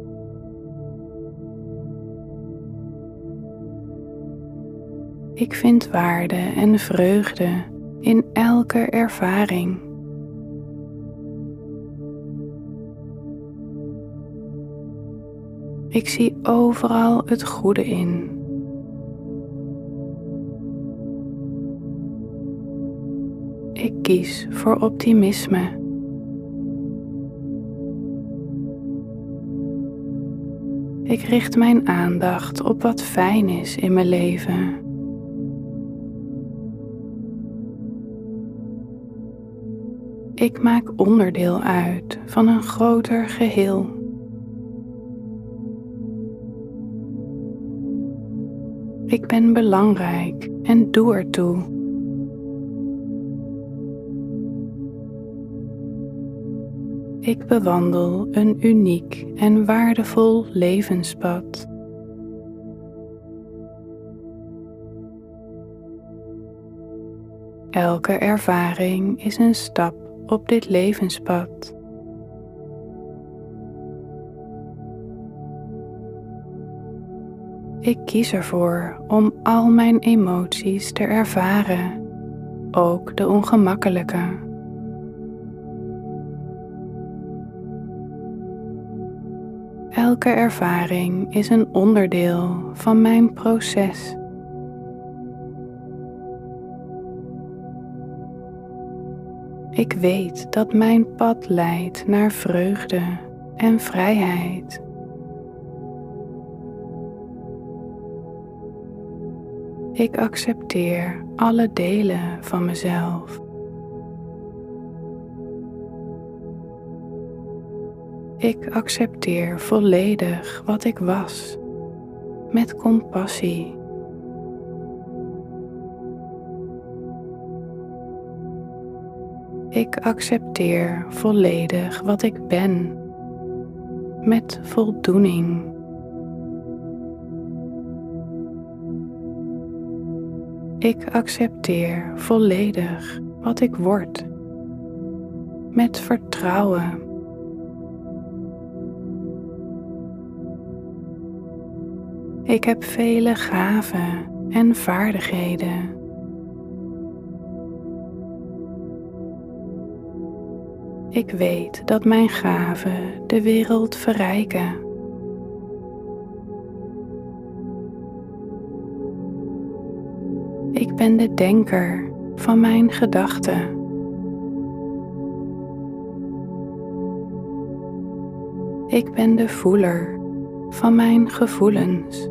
Ik vind waarde en vreugde in elke ervaring. Ik zie overal het goede in. Ik kies voor optimisme. Ik richt mijn aandacht op wat fijn is in mijn leven. Ik maak onderdeel uit van een groter geheel. Ik ben belangrijk en doe ertoe. Ik bewandel een uniek en waardevol levenspad. Elke ervaring is een stap op dit levenspad. Ik kies ervoor om al mijn emoties te ervaren, ook de ongemakkelijke. Elke ervaring is een onderdeel van mijn proces. Ik weet dat mijn pad leidt naar vreugde en vrijheid. Ik accepteer alle delen van mezelf. Ik accepteer volledig wat ik was, met compassie. Ik accepteer volledig wat ik ben, met voldoening. Ik accepteer volledig wat ik word, met vertrouwen. Ik heb vele gaven en vaardigheden. Ik weet dat mijn gaven de wereld verrijken. Ik ben de denker van mijn gedachten. Ik ben de voeler van mijn gevoelens.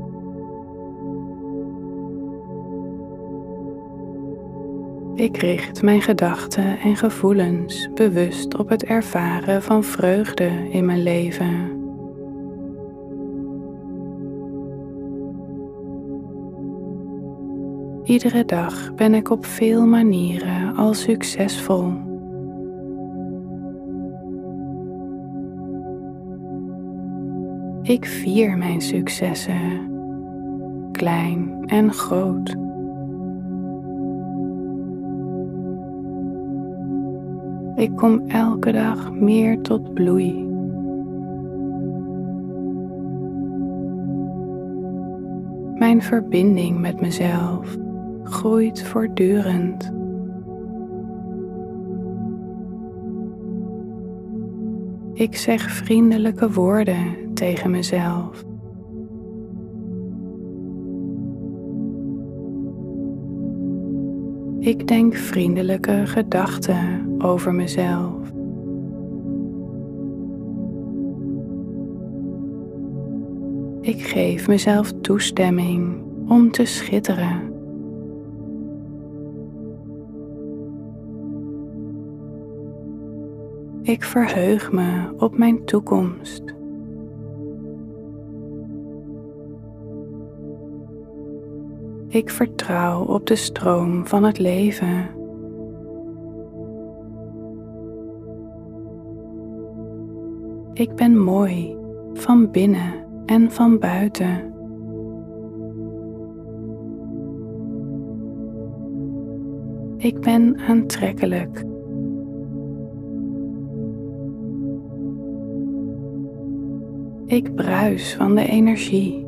Ik richt mijn gedachten en gevoelens bewust op het ervaren van vreugde in mijn leven. Iedere dag ben ik op veel manieren al succesvol. Ik vier mijn successen, klein en groot. Ik kom elke dag meer tot bloei. Mijn verbinding met mezelf groeit voortdurend. Ik zeg vriendelijke woorden tegen mezelf. Ik denk vriendelijke gedachten over mezelf. Ik geef mezelf toestemming om te schitteren. Ik verheug me op mijn toekomst. Ik vertrouw op de stroom van het leven. Ik ben mooi van binnen en van buiten. Ik ben aantrekkelijk. Ik bruis van de energie.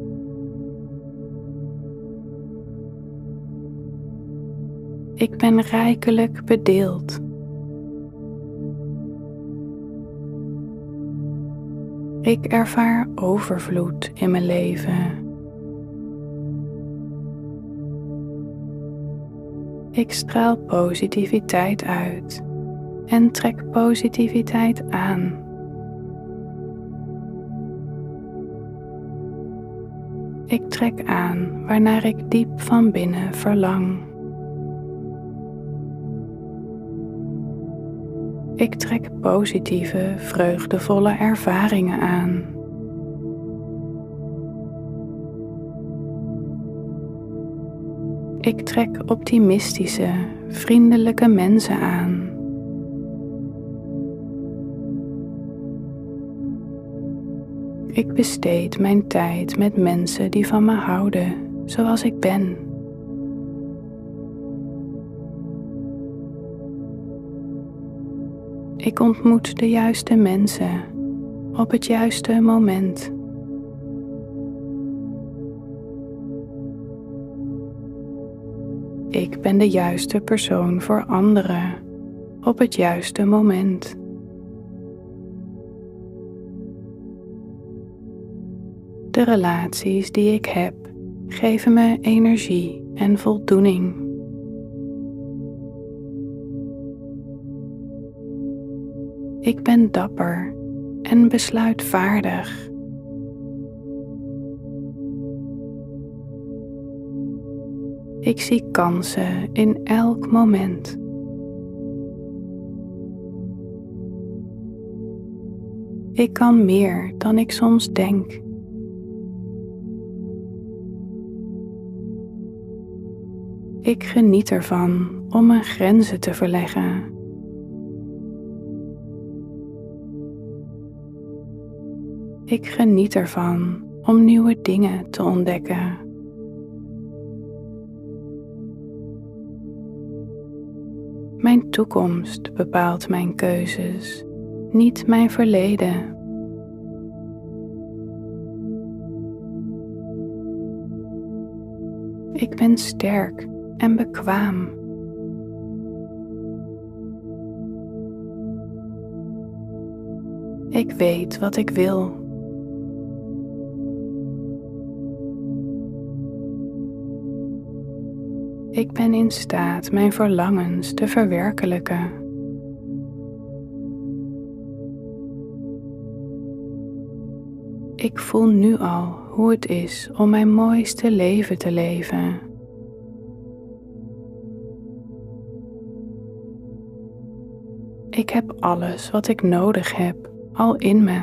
Ik ben rijkelijk bedeeld. Ik ervaar overvloed in mijn leven. Ik straal positiviteit uit en trek positiviteit aan. Ik trek aan waarnaar ik diep van binnen verlang. Ik trek positieve, vreugdevolle ervaringen aan. Ik trek optimistische, vriendelijke mensen aan. Ik besteed mijn tijd met mensen die van me houden, zoals ik ben. Ik ontmoet de juiste mensen op het juiste moment. Ik ben de juiste persoon voor anderen op het juiste moment. De relaties die ik heb, geven me energie en voldoening. Ik ben dapper en besluitvaardig. Ik zie kansen in elk moment. Ik kan meer dan ik soms denk. Ik geniet ervan om mijn grenzen te verleggen. Ik geniet ervan om nieuwe dingen te ontdekken. Mijn toekomst bepaalt mijn keuzes, niet mijn verleden. Ik ben sterk en bekwaam. Ik weet wat ik wil. Ik ben in staat mijn verlangens te verwerkelijken. Ik voel nu al hoe het is om mijn mooiste leven te leven. Ik heb alles wat ik nodig heb al in me.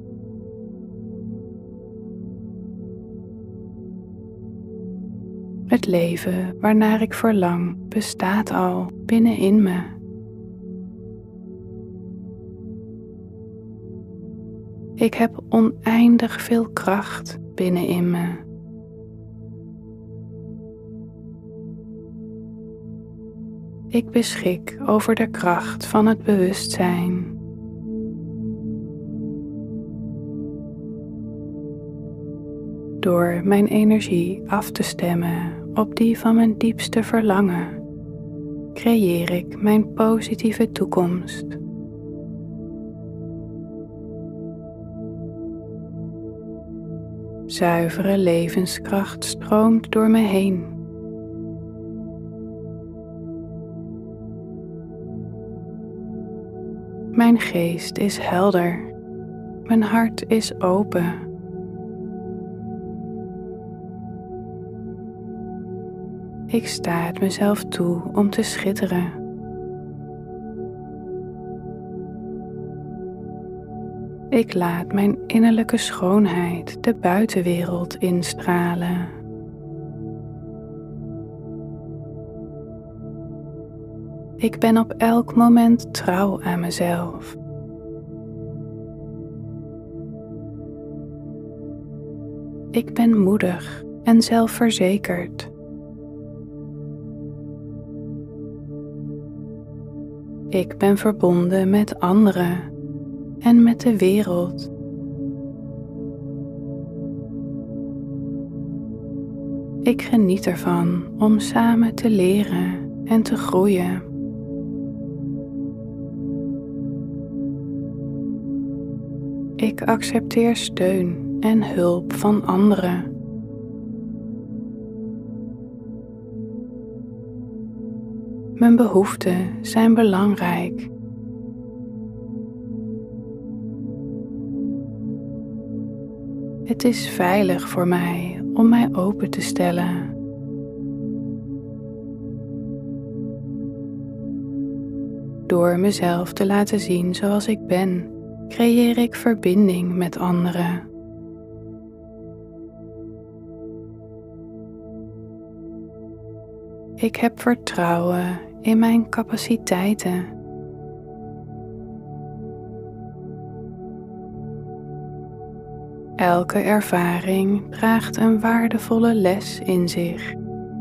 Het leven waarnaar ik verlang bestaat al binnenin me. Ik heb oneindig veel kracht binnenin me. Ik beschik over de kracht van het bewustzijn. Door mijn energie af te stemmen op die van mijn diepste verlangen, creëer ik mijn positieve toekomst. Zuivere levenskracht stroomt door me heen. Mijn geest is helder. Mijn hart is open. Ik sta het mezelf toe om te schitteren. Ik laat mijn innerlijke schoonheid de buitenwereld instralen. Ik ben op elk moment trouw aan mezelf. Ik ben moedig en zelfverzekerd. Ik ben verbonden met anderen en met de wereld. Ik geniet ervan om samen te leren en te groeien. Ik accepteer steun en hulp van anderen. Mijn behoeften zijn belangrijk. Het is veilig voor mij om mij open te stellen. Door mezelf te laten zien zoals ik ben, creëer ik verbinding met anderen. Ik heb vertrouwen in mijn capaciteiten. Elke ervaring draagt een waardevolle les in zich.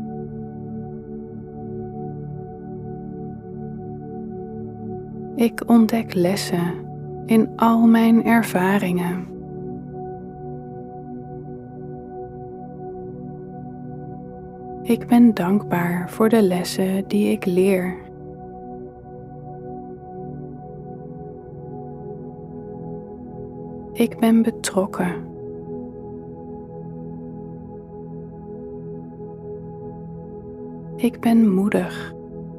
Ik ontdek lessen in al mijn ervaringen. Ik ben dankbaar voor de lessen die ik leer. Ik ben betrokken. Ik ben moedig.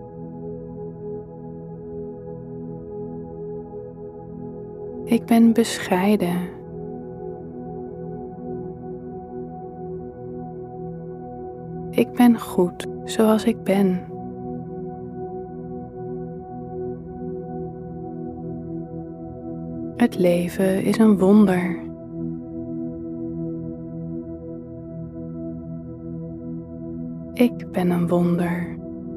Ik ben bescheiden. Ik ben goed zoals ik ben. Het leven is een wonder. Ik ben een wonder.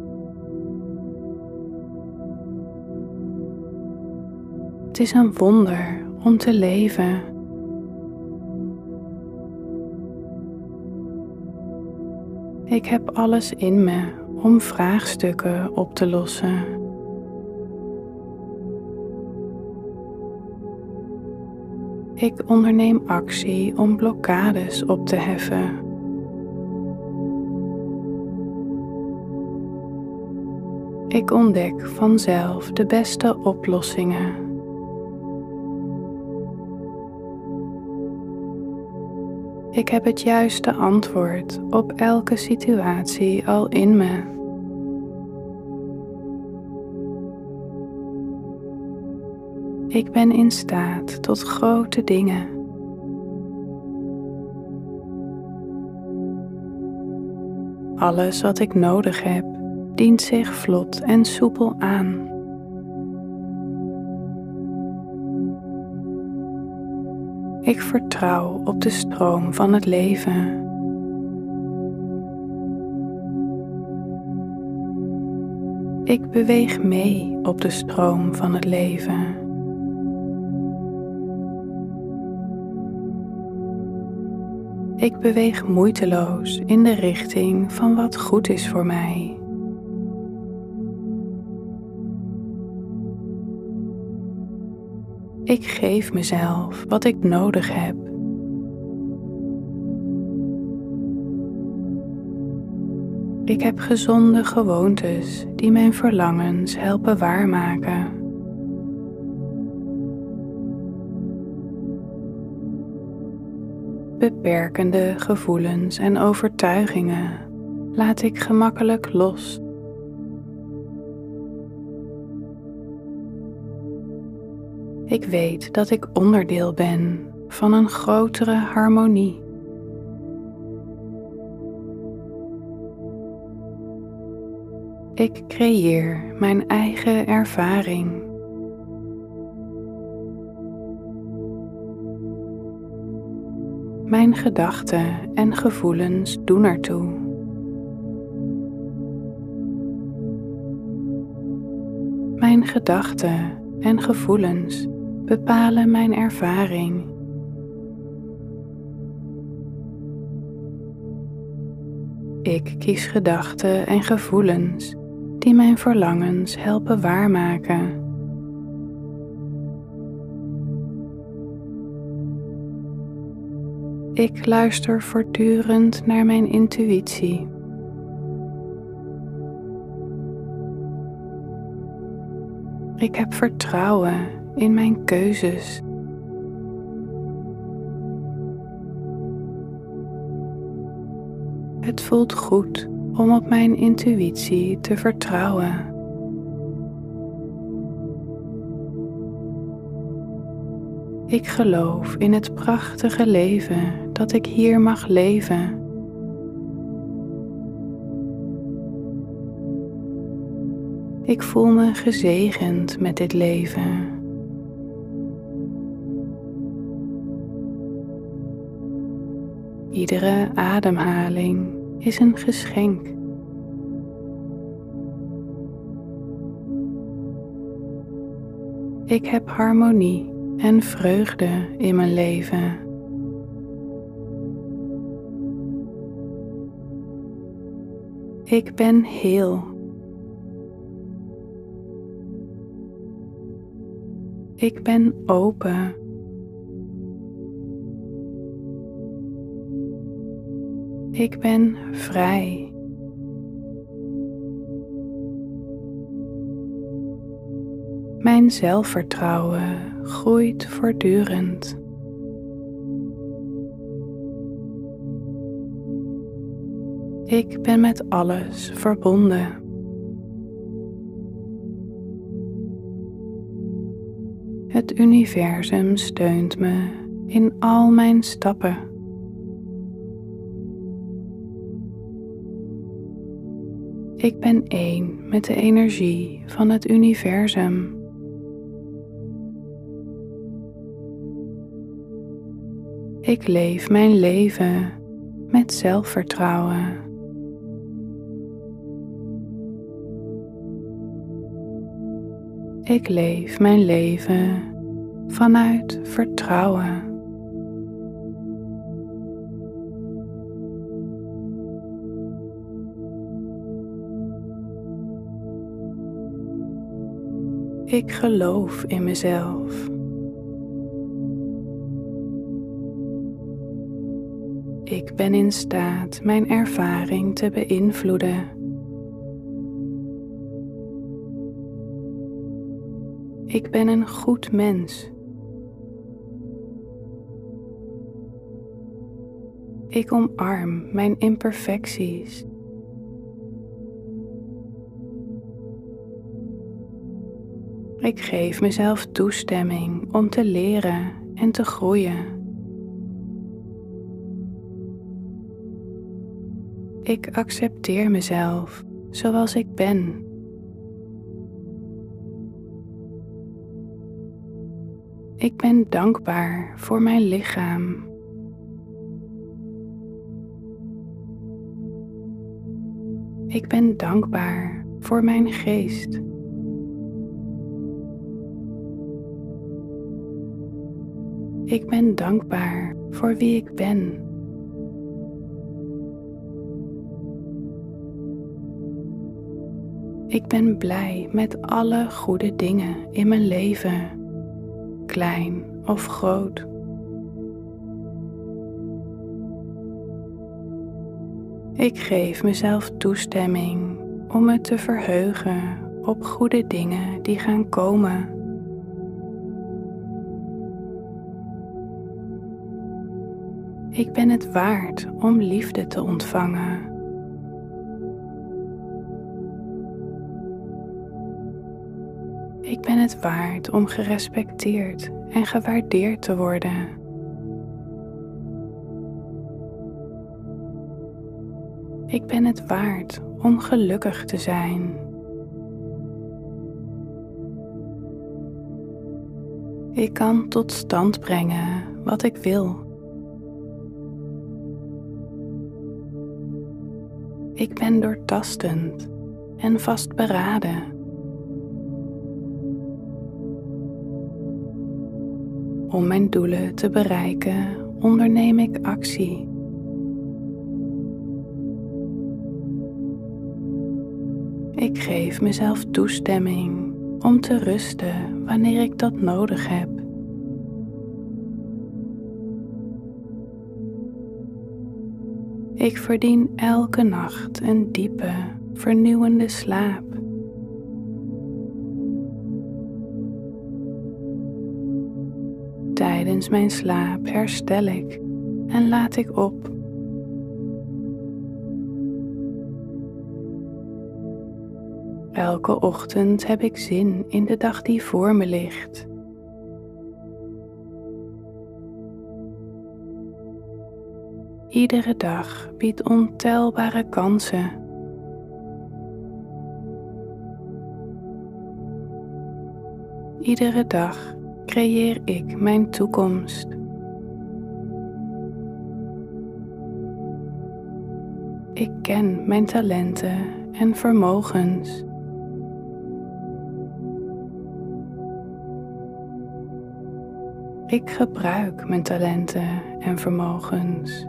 Het is een wonder om te leven. Ik heb alles in me om vraagstukken op te lossen. Ik onderneem actie om blokkades op te heffen. Ik ontdek vanzelf de beste oplossingen. Ik heb het juiste antwoord op elke situatie al in me. Ik ben in staat tot grote dingen. Alles wat ik nodig heb, dient zich vlot en soepel aan. Ik vertrouw op de stroom van het leven. Ik beweeg mee op de stroom van het leven. Ik beweeg moeiteloos in de richting van wat goed is voor mij. Ik geef mezelf wat ik nodig heb. Ik heb gezonde gewoontes die mijn verlangens helpen waarmaken. Beperkende gevoelens en overtuigingen laat ik gemakkelijk los. Ik weet dat ik onderdeel ben van een grotere harmonie. Ik creëer mijn eigen ervaring. Mijn gedachten en gevoelens doen ertoe. Mijn gedachten en gevoelens bepalen mijn ervaring. Ik kies gedachten en gevoelens die mijn verlangens helpen waarmaken. Ik luister voortdurend naar mijn intuïtie. Ik heb vertrouwen in mijn keuzes. Het voelt goed om op mijn intuïtie te vertrouwen. Ik geloof in het prachtige leven dat ik hier mag leven. Ik voel me gezegend met dit leven. Iedere ademhaling is een geschenk. Ik heb harmonie en vreugde in mijn leven. Ik ben heel. Ik ben open. Ik ben vrij. Mijn zelfvertrouwen groeit voortdurend. Ik ben met alles verbonden. Het universum steunt me in al mijn stappen. Ik ben één met de energie van het universum. Ik leef mijn leven met zelfvertrouwen. Ik leef mijn leven vanuit vertrouwen. Ik geloof in mezelf. Ik ben in staat mijn ervaring te beïnvloeden. Ik ben een goed mens. Ik omarm mijn imperfecties. Ik geef mezelf toestemming om te leren en te groeien. Ik accepteer mezelf zoals ik ben. Ik ben dankbaar voor mijn lichaam. Ik ben dankbaar voor mijn geest. Ik ben dankbaar voor wie ik ben. Ik ben blij met alle goede dingen in mijn leven, klein of groot. Ik geef mezelf toestemming om me te verheugen op goede dingen die gaan komen. Ik ben het waard om liefde te ontvangen. Ik ben het waard om gerespecteerd en gewaardeerd te worden. Ik ben het waard om gelukkig te zijn. Ik kan tot stand brengen wat ik wil. Ik ben doortastend en vastberaden. Om mijn doelen te bereiken, onderneem ik actie. Ik geef mezelf toestemming om te rusten wanneer ik dat nodig heb. Ik verdien elke nacht een diepe, vernieuwende slaap. Tijdens mijn slaap herstel ik en laat ik op. Elke ochtend heb ik zin in de dag die voor me ligt. Iedere dag biedt ontelbare kansen. Iedere dag creëer ik mijn toekomst. Ik ken mijn talenten en vermogens. Ik gebruik mijn talenten en vermogens.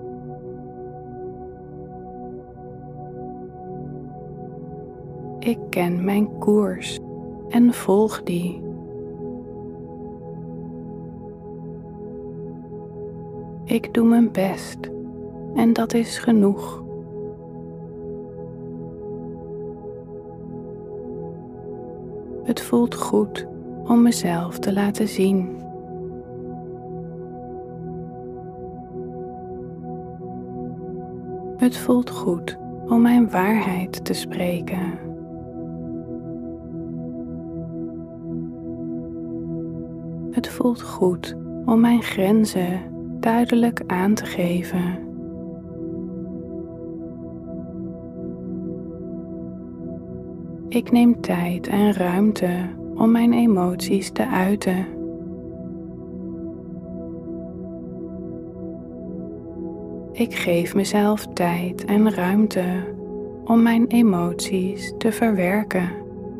Ik ken mijn koers en volg die. Ik doe mijn best en dat is genoeg. Het voelt goed om mezelf te laten zien. Het voelt goed om mijn waarheid te spreken. Het voelt goed om mijn grenzen duidelijk aan te geven. Ik neem tijd en ruimte om mijn emoties te uiten. Ik geef mezelf tijd en ruimte om mijn emoties te verwerken.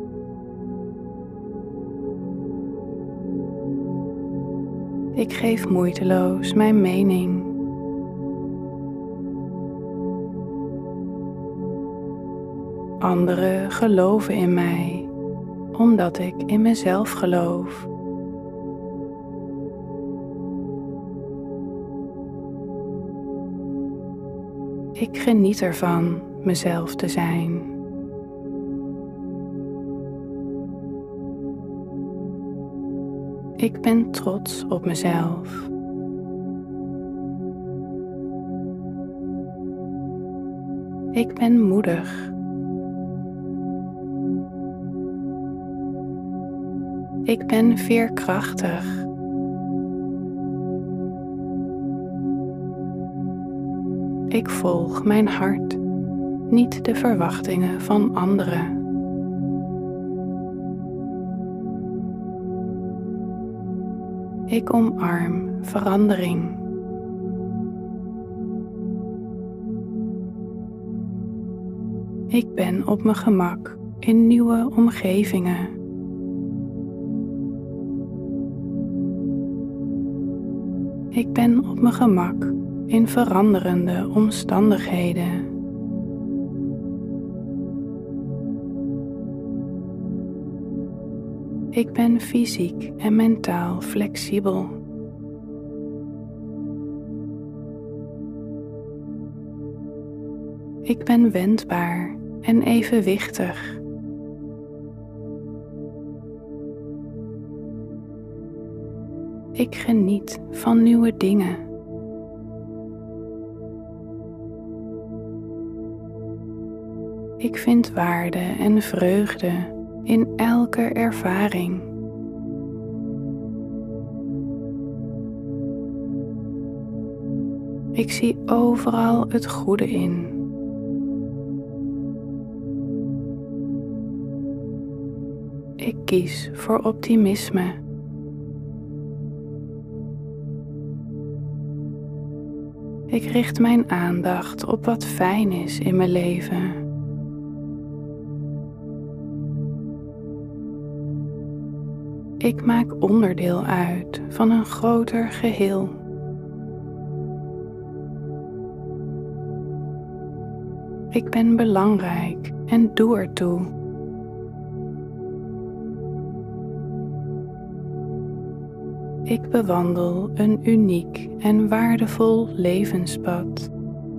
Ik geef moeiteloos mijn mening. Anderen geloven in mij, omdat ik in mezelf geloof. Ik geniet ervan mezelf te zijn. Ik ben trots op mezelf. Ik ben moedig. Ik ben veerkrachtig. Ik volg mijn hart, niet de verwachtingen van anderen. Ik omarm verandering. Ik ben op mijn gemak in nieuwe omgevingen. Ik ben op mijn gemak in veranderende omstandigheden. Ik ben fysiek en mentaal flexibel. Ik ben wendbaar en evenwichtig. Ik geniet van nieuwe dingen. Ik vind waarde en vreugde in elke ervaring. Ik zie overal het goede in. Ik kies voor optimisme. Ik richt mijn aandacht op wat fijn is in mijn leven. Ik maak onderdeel uit van een groter geheel. Ik ben belangrijk en doe ertoe. Ik bewandel een uniek en waardevol levenspad.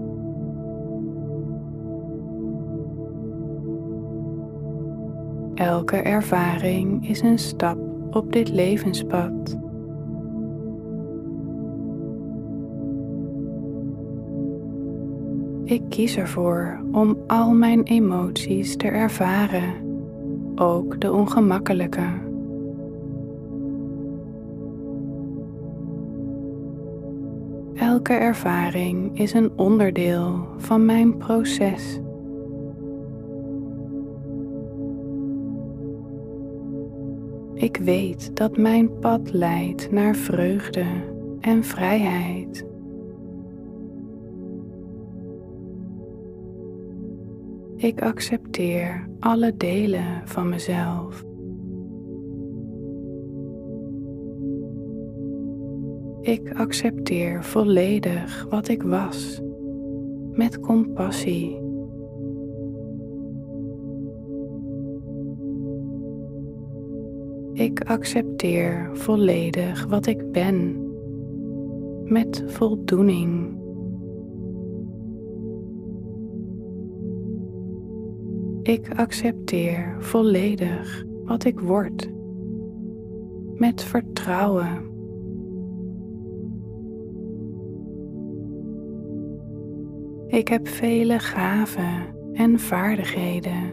Elke ervaring is een stap op dit levenspad. Ik kies ervoor om al mijn emoties te ervaren, ook de ongemakkelijke. Elke ervaring is een onderdeel van mijn proces. Ik weet dat mijn pad leidt naar vreugde en vrijheid. Ik accepteer alle delen van mezelf. Ik accepteer volledig wat ik was, met compassie. Ik accepteer volledig wat ik ben, met voldoening. Ik accepteer volledig wat ik word, met vertrouwen. Ik heb vele gaven en vaardigheden.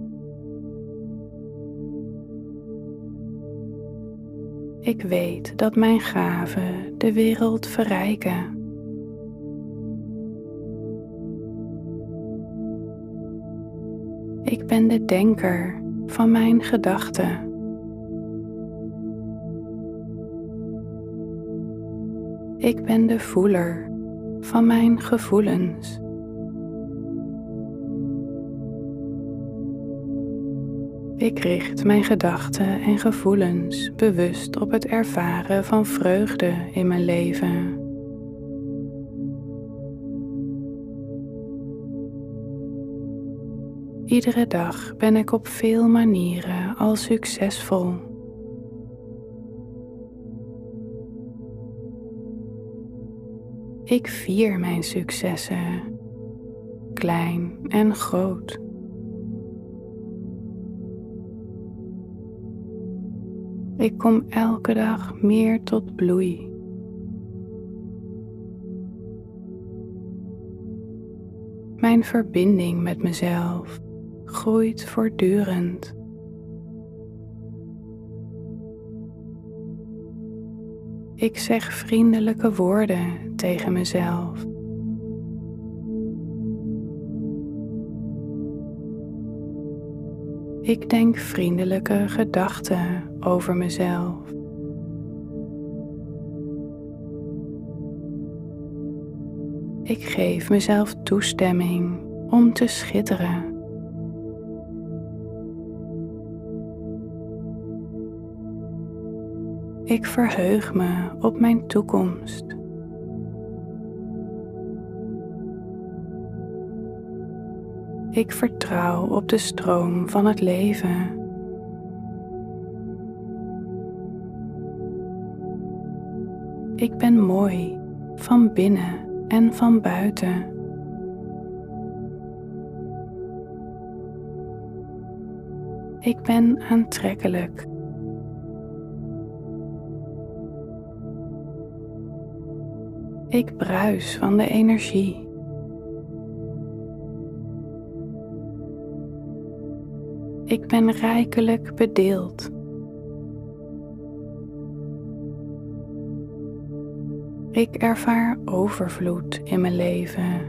Ik weet dat mijn gaven de wereld verrijken. Ik ben de denker van mijn gedachten. Ik ben de voeler van mijn gevoelens. Ik richt mijn gedachten en gevoelens bewust op het ervaren van vreugde in mijn leven. Iedere dag ben ik op veel manieren al succesvol. Ik vier mijn successen, klein en groot. Ik kom elke dag meer tot bloei. Mijn verbinding met mezelf groeit voortdurend. Ik zeg vriendelijke woorden tegen mezelf. Ik denk vriendelijke gedachten over mezelf. Ik geef mezelf toestemming om te schitteren. Ik verheug me op mijn toekomst. Ik vertrouw op de stroom van het leven. Ik ben mooi van binnen en van buiten. Ik ben aantrekkelijk. Ik bruis van de energie. Ik ben rijkelijk bedeeld. Ik ervaar overvloed in mijn leven.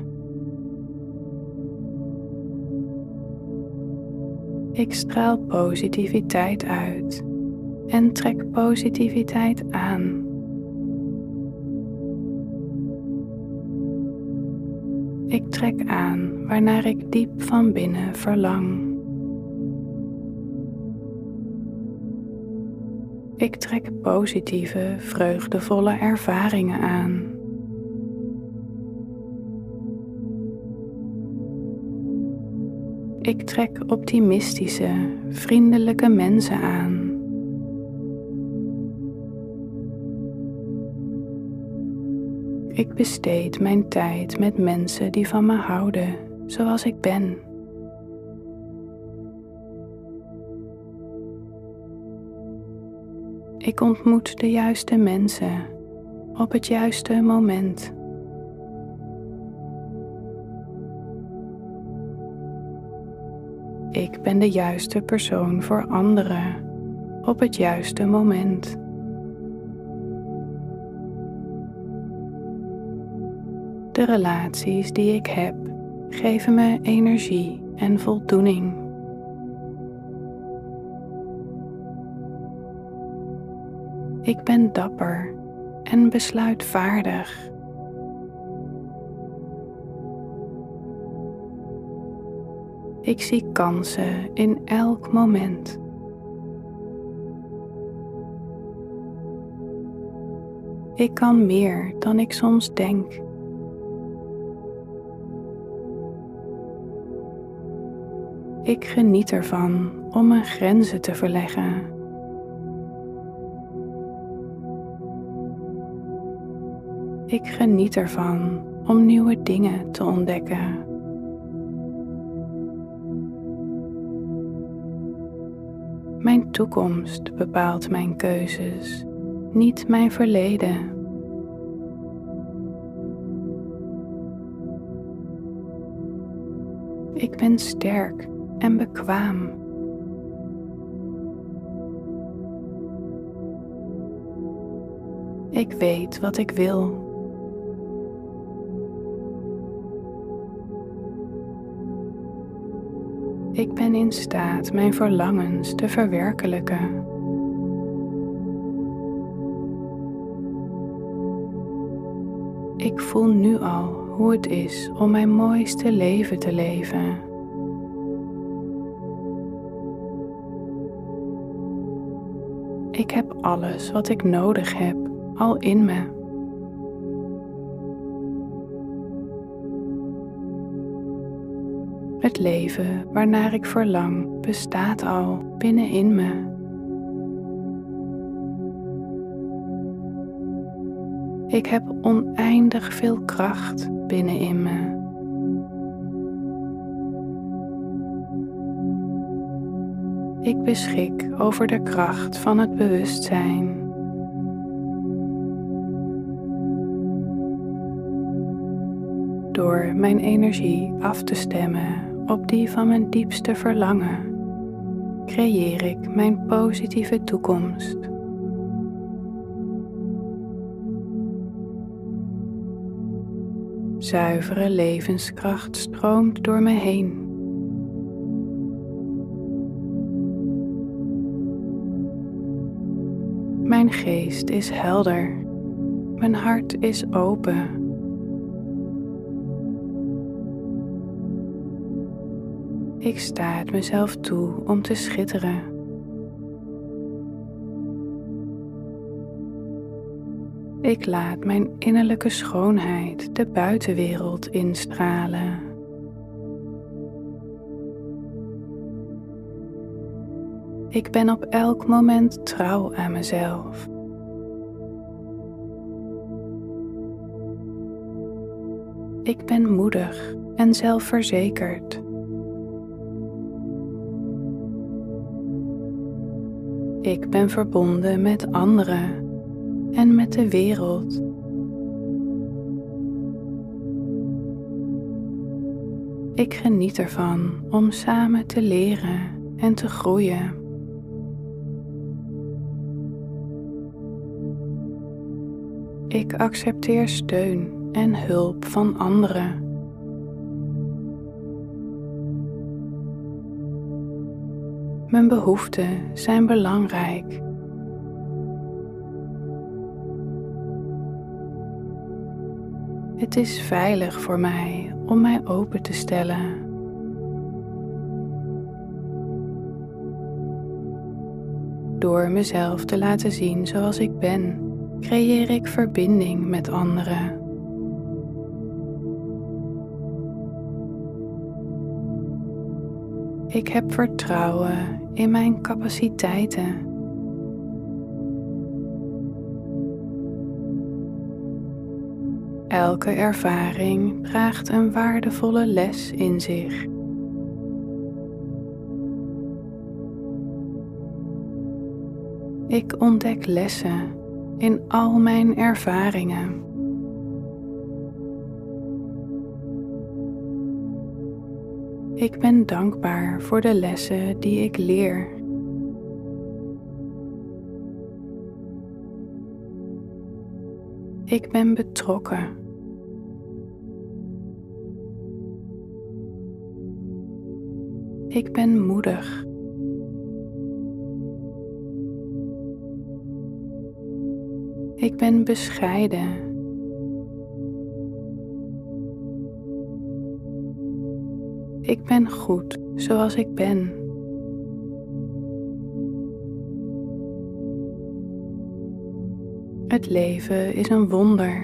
Ik straal positiviteit uit en trek positiviteit aan. Ik trek aan waarnaar ik diep van binnen verlang. Ik trek positieve, vreugdevolle ervaringen aan. Ik trek optimistische, vriendelijke mensen aan. Ik besteed mijn tijd met mensen die van me houden, zoals ik ben. Ik ontmoet de juiste mensen op het juiste moment. Ik ben de juiste persoon voor anderen op het juiste moment. De relaties die ik heb, geven me energie en voldoening. Ik ben dapper en besluitvaardig. Ik zie kansen in elk moment. Ik kan meer dan ik soms denk. Ik geniet ervan om mijn grenzen te verleggen. Ik geniet ervan om nieuwe dingen te ontdekken. Mijn toekomst bepaalt mijn keuzes, niet mijn verleden. Ik ben sterk en bekwaam. Ik weet wat ik wil. Ik ben in staat mijn verlangens te verwerkelijken. Ik voel nu al hoe het is om mijn mooiste leven te leven. Ik heb alles wat ik nodig heb al in me. Het leven waarnaar ik verlang bestaat al binnenin me. Ik heb oneindig veel kracht binnenin me. Ik beschik over de kracht van het bewustzijn. Door mijn energie af te stemmen op die van mijn diepste verlangen, creëer ik mijn positieve toekomst. Zuivere levenskracht stroomt door me heen. Mijn geest is helder. Mijn hart is open. Ik sta het mezelf toe om te schitteren. Ik laat mijn innerlijke schoonheid de buitenwereld instralen. Ik ben op elk moment trouw aan mezelf. Ik ben moedig en zelfverzekerd. Ik ben verbonden met anderen en met de wereld. Ik geniet ervan om samen te leren en te groeien. Ik accepteer steun en hulp van anderen. Mijn behoeften zijn belangrijk. Het is veilig voor mij om mij open te stellen. Door mezelf te laten zien zoals ik ben, creëer ik verbinding met anderen. Ik heb vertrouwen in mijn capaciteiten. Elke ervaring draagt een waardevolle les in zich. Ik ontdek lessen in al mijn ervaringen. Ik ben dankbaar voor de lessen die ik leer. Ik ben betrokken. Ik ben moedig. Ik ben bescheiden. Ik ben goed zoals ik ben. Het leven is een wonder.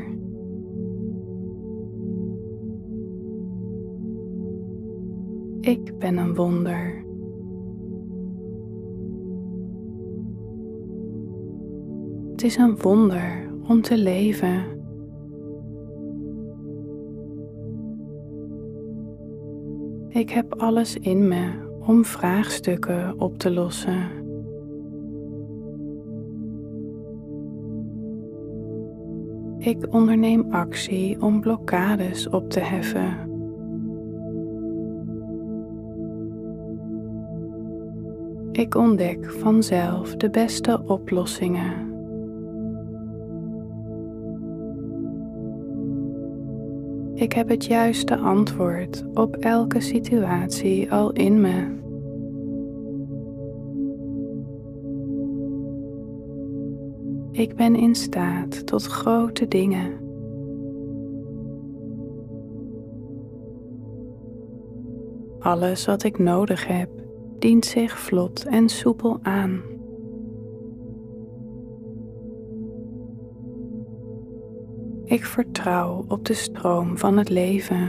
Ik ben een wonder. Het is een wonder om te leven. Ik heb alles in me om vraagstukken op te lossen. Ik onderneem actie om blokkades op te heffen. Ik ontdek vanzelf de beste oplossingen. Ik heb het juiste antwoord op elke situatie al in me. Ik ben in staat tot grote dingen. Alles wat ik nodig heb, dient zich vlot en soepel aan. Ik vertrouw op de stroom van het leven.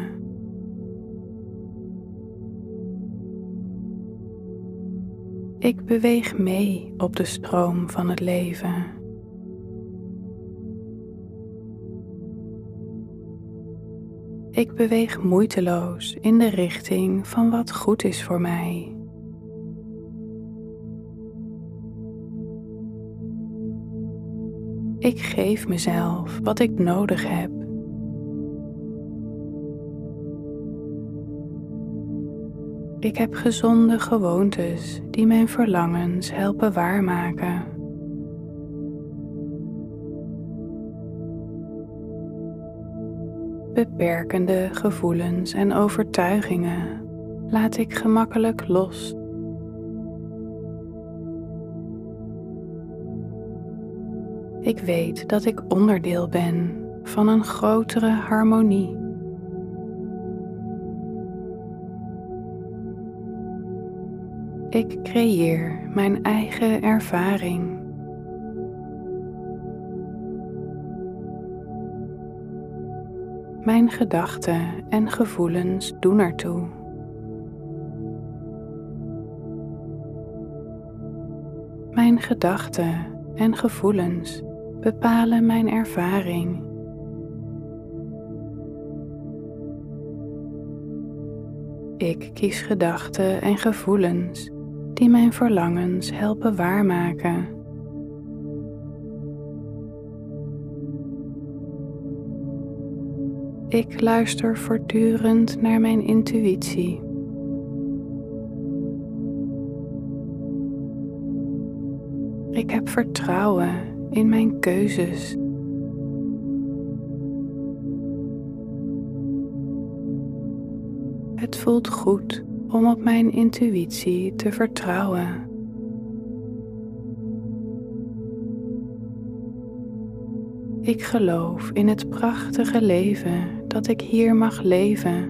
Ik beweeg mee op de stroom van het leven. Ik beweeg moeiteloos in de richting van wat goed is voor mij. Ik geef mezelf wat ik nodig heb. Ik heb gezonde gewoontes die mijn verlangens helpen waarmaken. Beperkende gevoelens en overtuigingen laat ik gemakkelijk los. Ik weet dat ik onderdeel ben van een grotere harmonie. Ik creëer mijn eigen ervaring. Mijn gedachten en gevoelens doen ertoe. Mijn gedachten en gevoelens bepalen mijn ervaring. Ik kies gedachten en gevoelens die mijn verlangens helpen waarmaken. Ik luister voortdurend naar mijn intuïtie. Ik heb vertrouwen in mijn keuzes. Het voelt goed om op mijn intuïtie te vertrouwen. Ik geloof in het prachtige leven dat ik hier mag leven.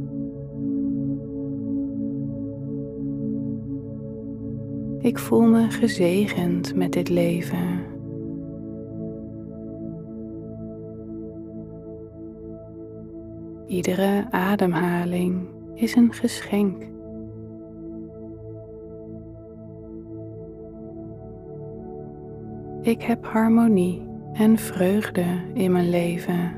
Ik voel me gezegend met dit leven. Iedere ademhaling is een geschenk. Ik heb harmonie en vreugde in mijn leven.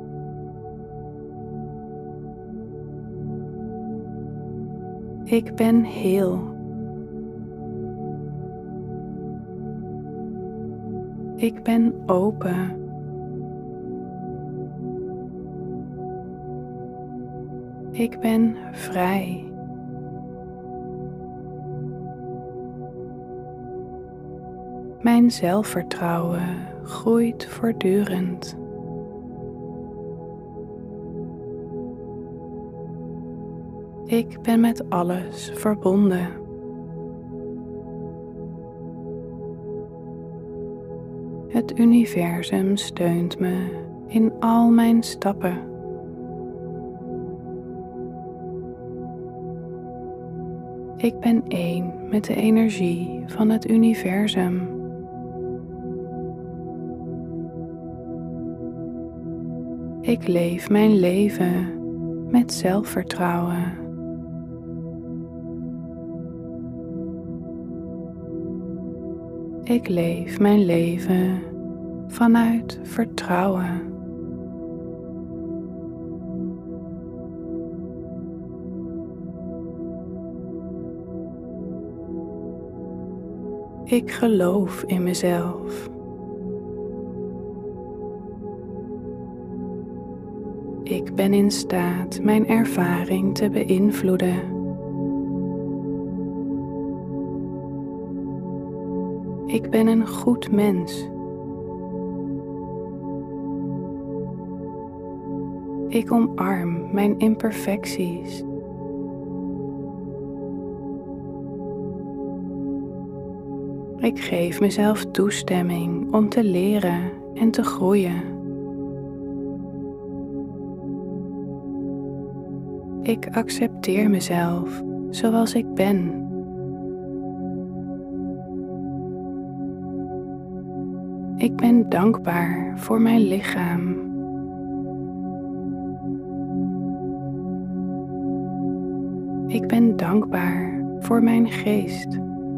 Ik ben heel. Ik ben open. Ik ben vrij. Mijn zelfvertrouwen groeit voortdurend. Ik ben met alles verbonden. Het universum steunt me in al mijn stappen. Ik ben één met de energie van het universum. Ik leef mijn leven met zelfvertrouwen. Ik leef mijn leven vanuit vertrouwen. Ik geloof in mezelf. Ik ben in staat mijn ervaring te beïnvloeden. Ik ben een goed mens. Ik omarm mijn imperfecties. Ik geef mezelf toestemming om te leren en te groeien. Ik accepteer mezelf zoals ik ben. Ik ben dankbaar voor mijn lichaam. Ik ben dankbaar voor mijn geest.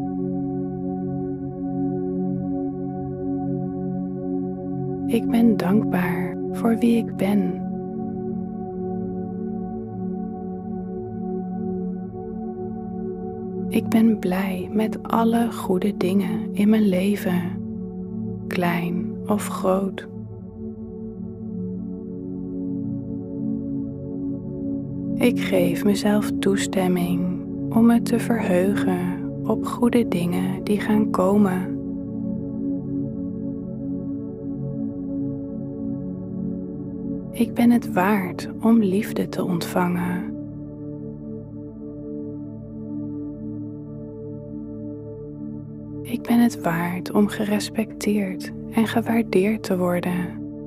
Ik ben dankbaar voor wie ik ben. Ik ben blij met alle goede dingen in mijn leven, klein of groot. Ik geef mezelf toestemming om me te verheugen op goede dingen die gaan komen. Ik ben het waard om liefde te ontvangen. Ik ben het waard om gerespecteerd en gewaardeerd te worden.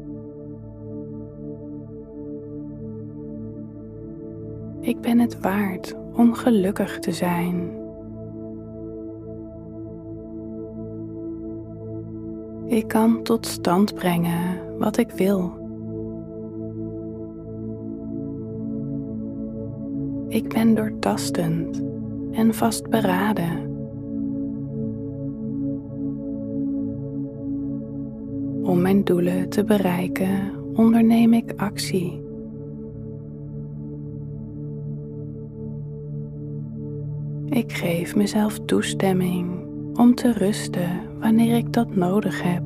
Ik ben het waard om gelukkig te zijn. Ik kan tot stand brengen wat ik wil. Ik ben doortastend en vastberaden. Om mijn doelen te bereiken, onderneem ik actie. Ik geef mezelf toestemming om te rusten wanneer ik dat nodig heb.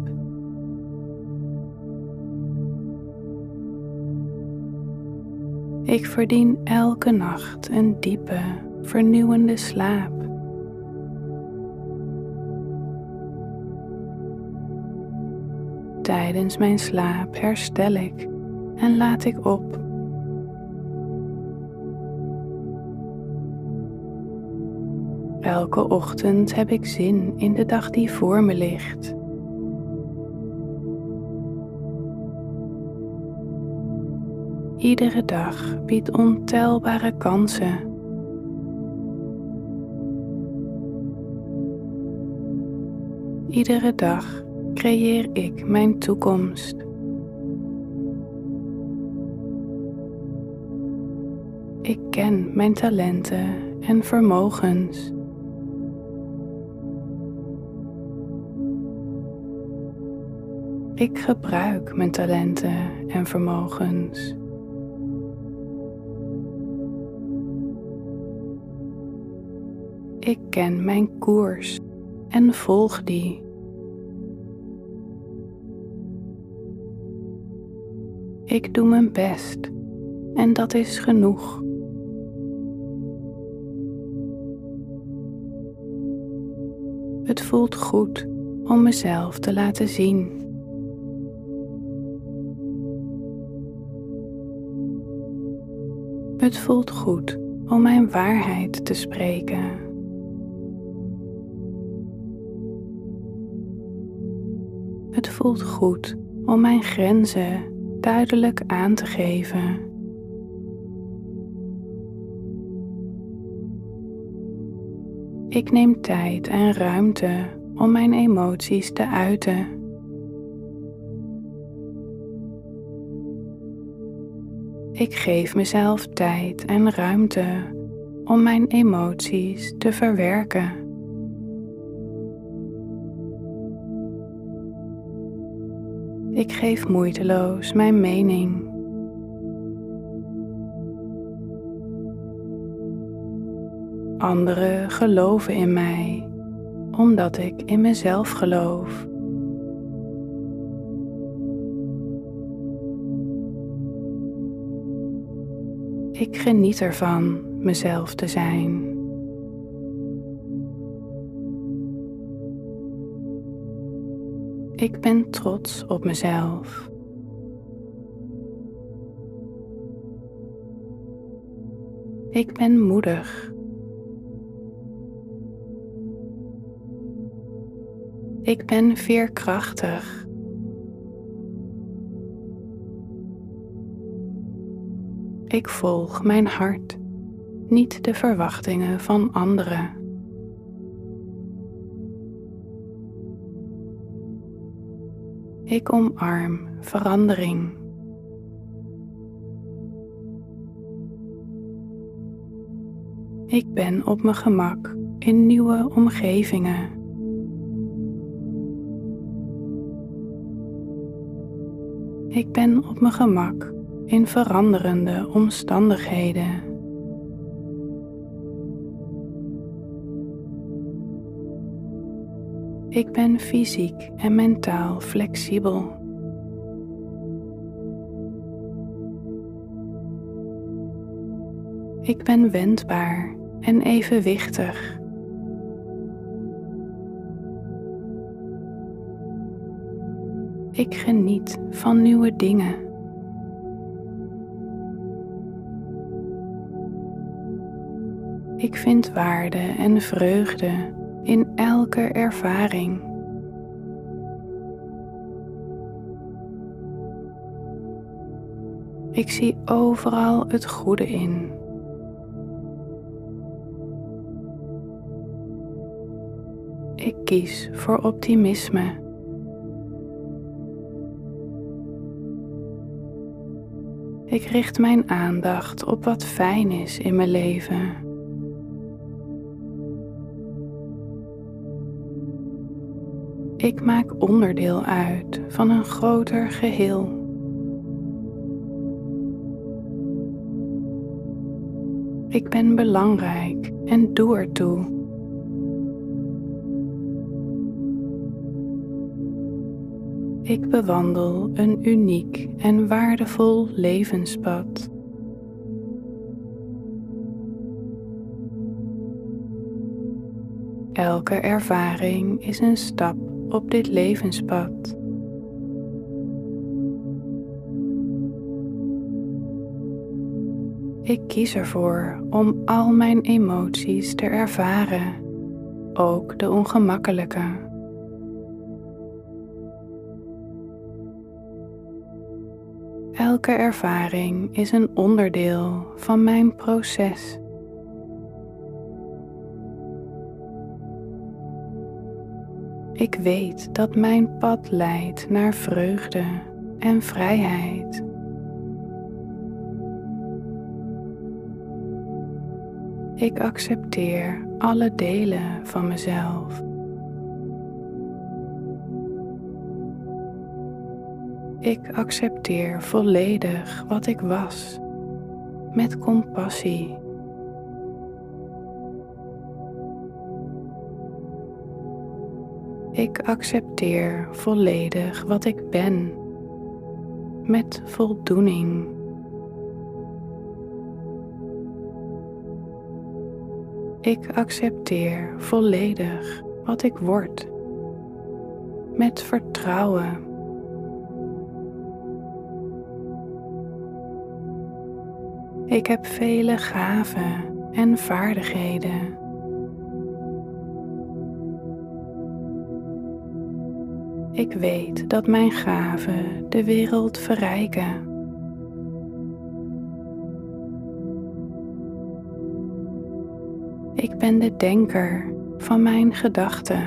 Ik verdien elke nacht een diepe, vernieuwende slaap. Tijdens mijn slaap herstel ik en laat ik op. Elke ochtend heb ik zin in de dag die voor me ligt. Iedere dag biedt ontelbare kansen. Iedere dag creëer ik mijn toekomst. Ik ken mijn talenten en vermogens. Ik gebruik mijn talenten en vermogens. Ik ken mijn koers en volg die. Ik doe mijn best en dat is genoeg. Het voelt goed om mezelf te laten zien. Het voelt goed om mijn waarheid te spreken. Het voelt goed om mijn grenzen duidelijk aan te geven. Ik neem tijd en ruimte om mijn emoties te uiten. Ik geef mezelf tijd en ruimte om mijn emoties te verwerken. Ik geef moeiteloos mijn mening. Anderen geloven in mij, omdat ik in mezelf geloof. Ik geniet ervan mezelf te zijn. Ik ben trots op mezelf. Ik ben moedig. Ik ben veerkrachtig. Ik volg mijn hart, niet de verwachtingen van anderen. Ik omarm verandering. Ik ben op mijn gemak in nieuwe omgevingen. Ik ben op mijn gemak in veranderende omstandigheden. Ik ben fysiek en mentaal flexibel. Ik ben wendbaar en evenwichtig. Ik geniet van nieuwe dingen. Ik vind waarde en vreugde in elke ervaring. Ik zie overal het goede in. Ik kies voor optimisme. Ik richt mijn aandacht op wat fijn is in mijn leven. Ik maak onderdeel uit van een groter geheel. Ik ben belangrijk en doe ertoe. Ik bewandel een uniek en waardevol levenspad. Elke ervaring is een stap op dit levenspad. Ik kies ervoor om al mijn emoties te ervaren, ook de ongemakkelijke. Elke ervaring is een onderdeel van mijn proces. Ik weet dat mijn pad leidt naar vreugde en vrijheid. Ik accepteer alle delen van mezelf. Ik accepteer volledig wat ik was, met compassie. Ik accepteer volledig wat ik ben, met voldoening. Ik accepteer volledig wat ik word, met vertrouwen. Ik heb vele gaven en vaardigheden. Ik weet dat mijn gaven de wereld verrijken. Ik ben de denker van mijn gedachten.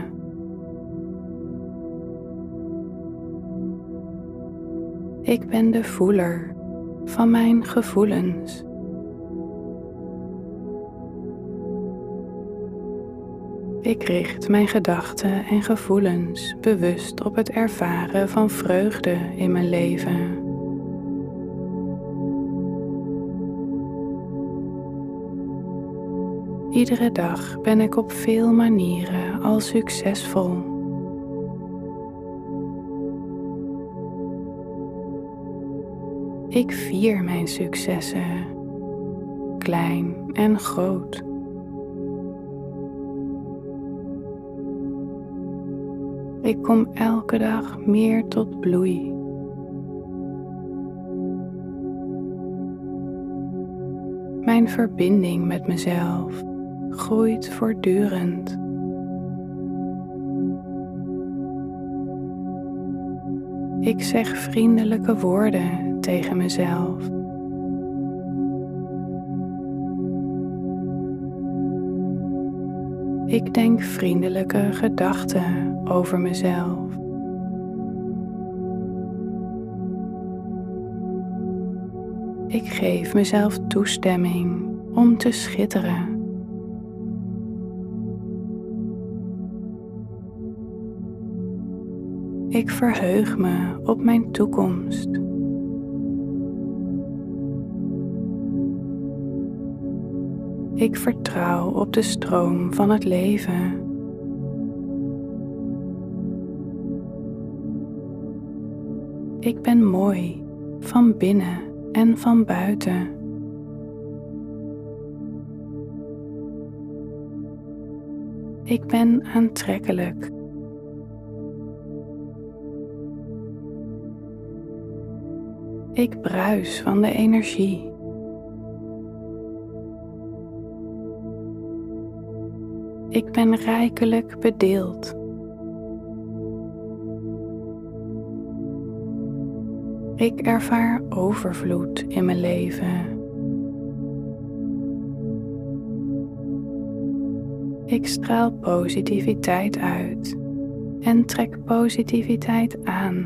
Ik ben de voeler van mijn gevoelens. Ik richt mijn gedachten en gevoelens bewust op het ervaren van vreugde in mijn leven. Iedere dag ben ik op veel manieren al succesvol. Ik vier mijn successen, klein en groot. Ik kom elke dag meer tot bloei. Mijn verbinding met mezelf groeit voortdurend. Ik zeg vriendelijke woorden tegen mezelf. Ik denk vriendelijke gedachten over mezelf. Ik geef mezelf toestemming om te schitteren. Ik verheug me op mijn toekomst. Ik vertrouw op de stroom van het leven. Ik ben mooi van binnen en van buiten. Ik ben aantrekkelijk. Ik bruis van de energie. Ik ben rijkelijk bedeeld. Ik ervaar overvloed in mijn leven. Ik straal positiviteit uit en trek positiviteit aan.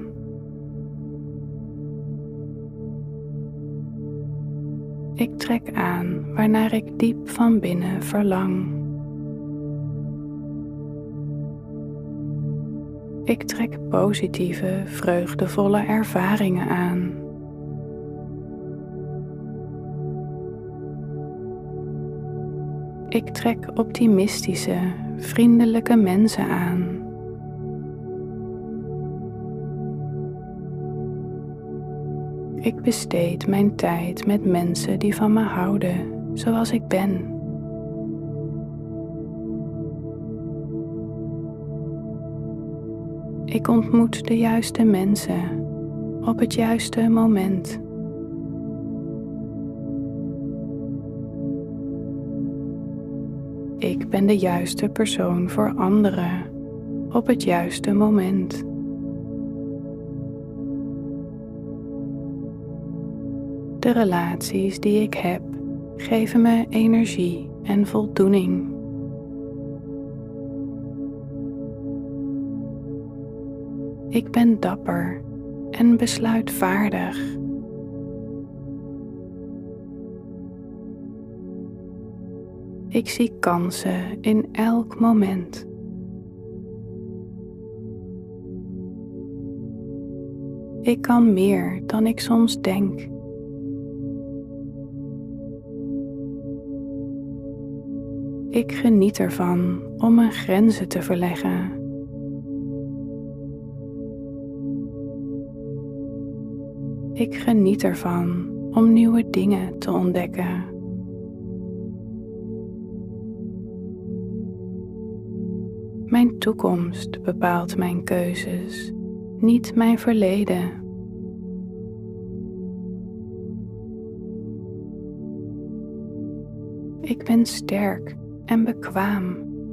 Ik trek aan waarnaar ik diep van binnen verlang. Ik trek positieve, vreugdevolle ervaringen aan. Ik trek optimistische, vriendelijke mensen aan. Ik besteed mijn tijd met mensen die van me houden, zoals ik ben. Ik ontmoet de juiste mensen op het juiste moment. Ik ben de juiste persoon voor anderen op het juiste moment. De relaties die ik heb geven me energie en voldoening. Ik ben dapper en besluitvaardig. Ik zie kansen in elk moment. Ik kan meer dan ik soms denk. Ik geniet ervan om mijn grenzen te verleggen. Ik geniet ervan om nieuwe dingen te ontdekken. Mijn toekomst bepaalt mijn keuzes, niet mijn verleden. Ik ben sterk en bekwaam.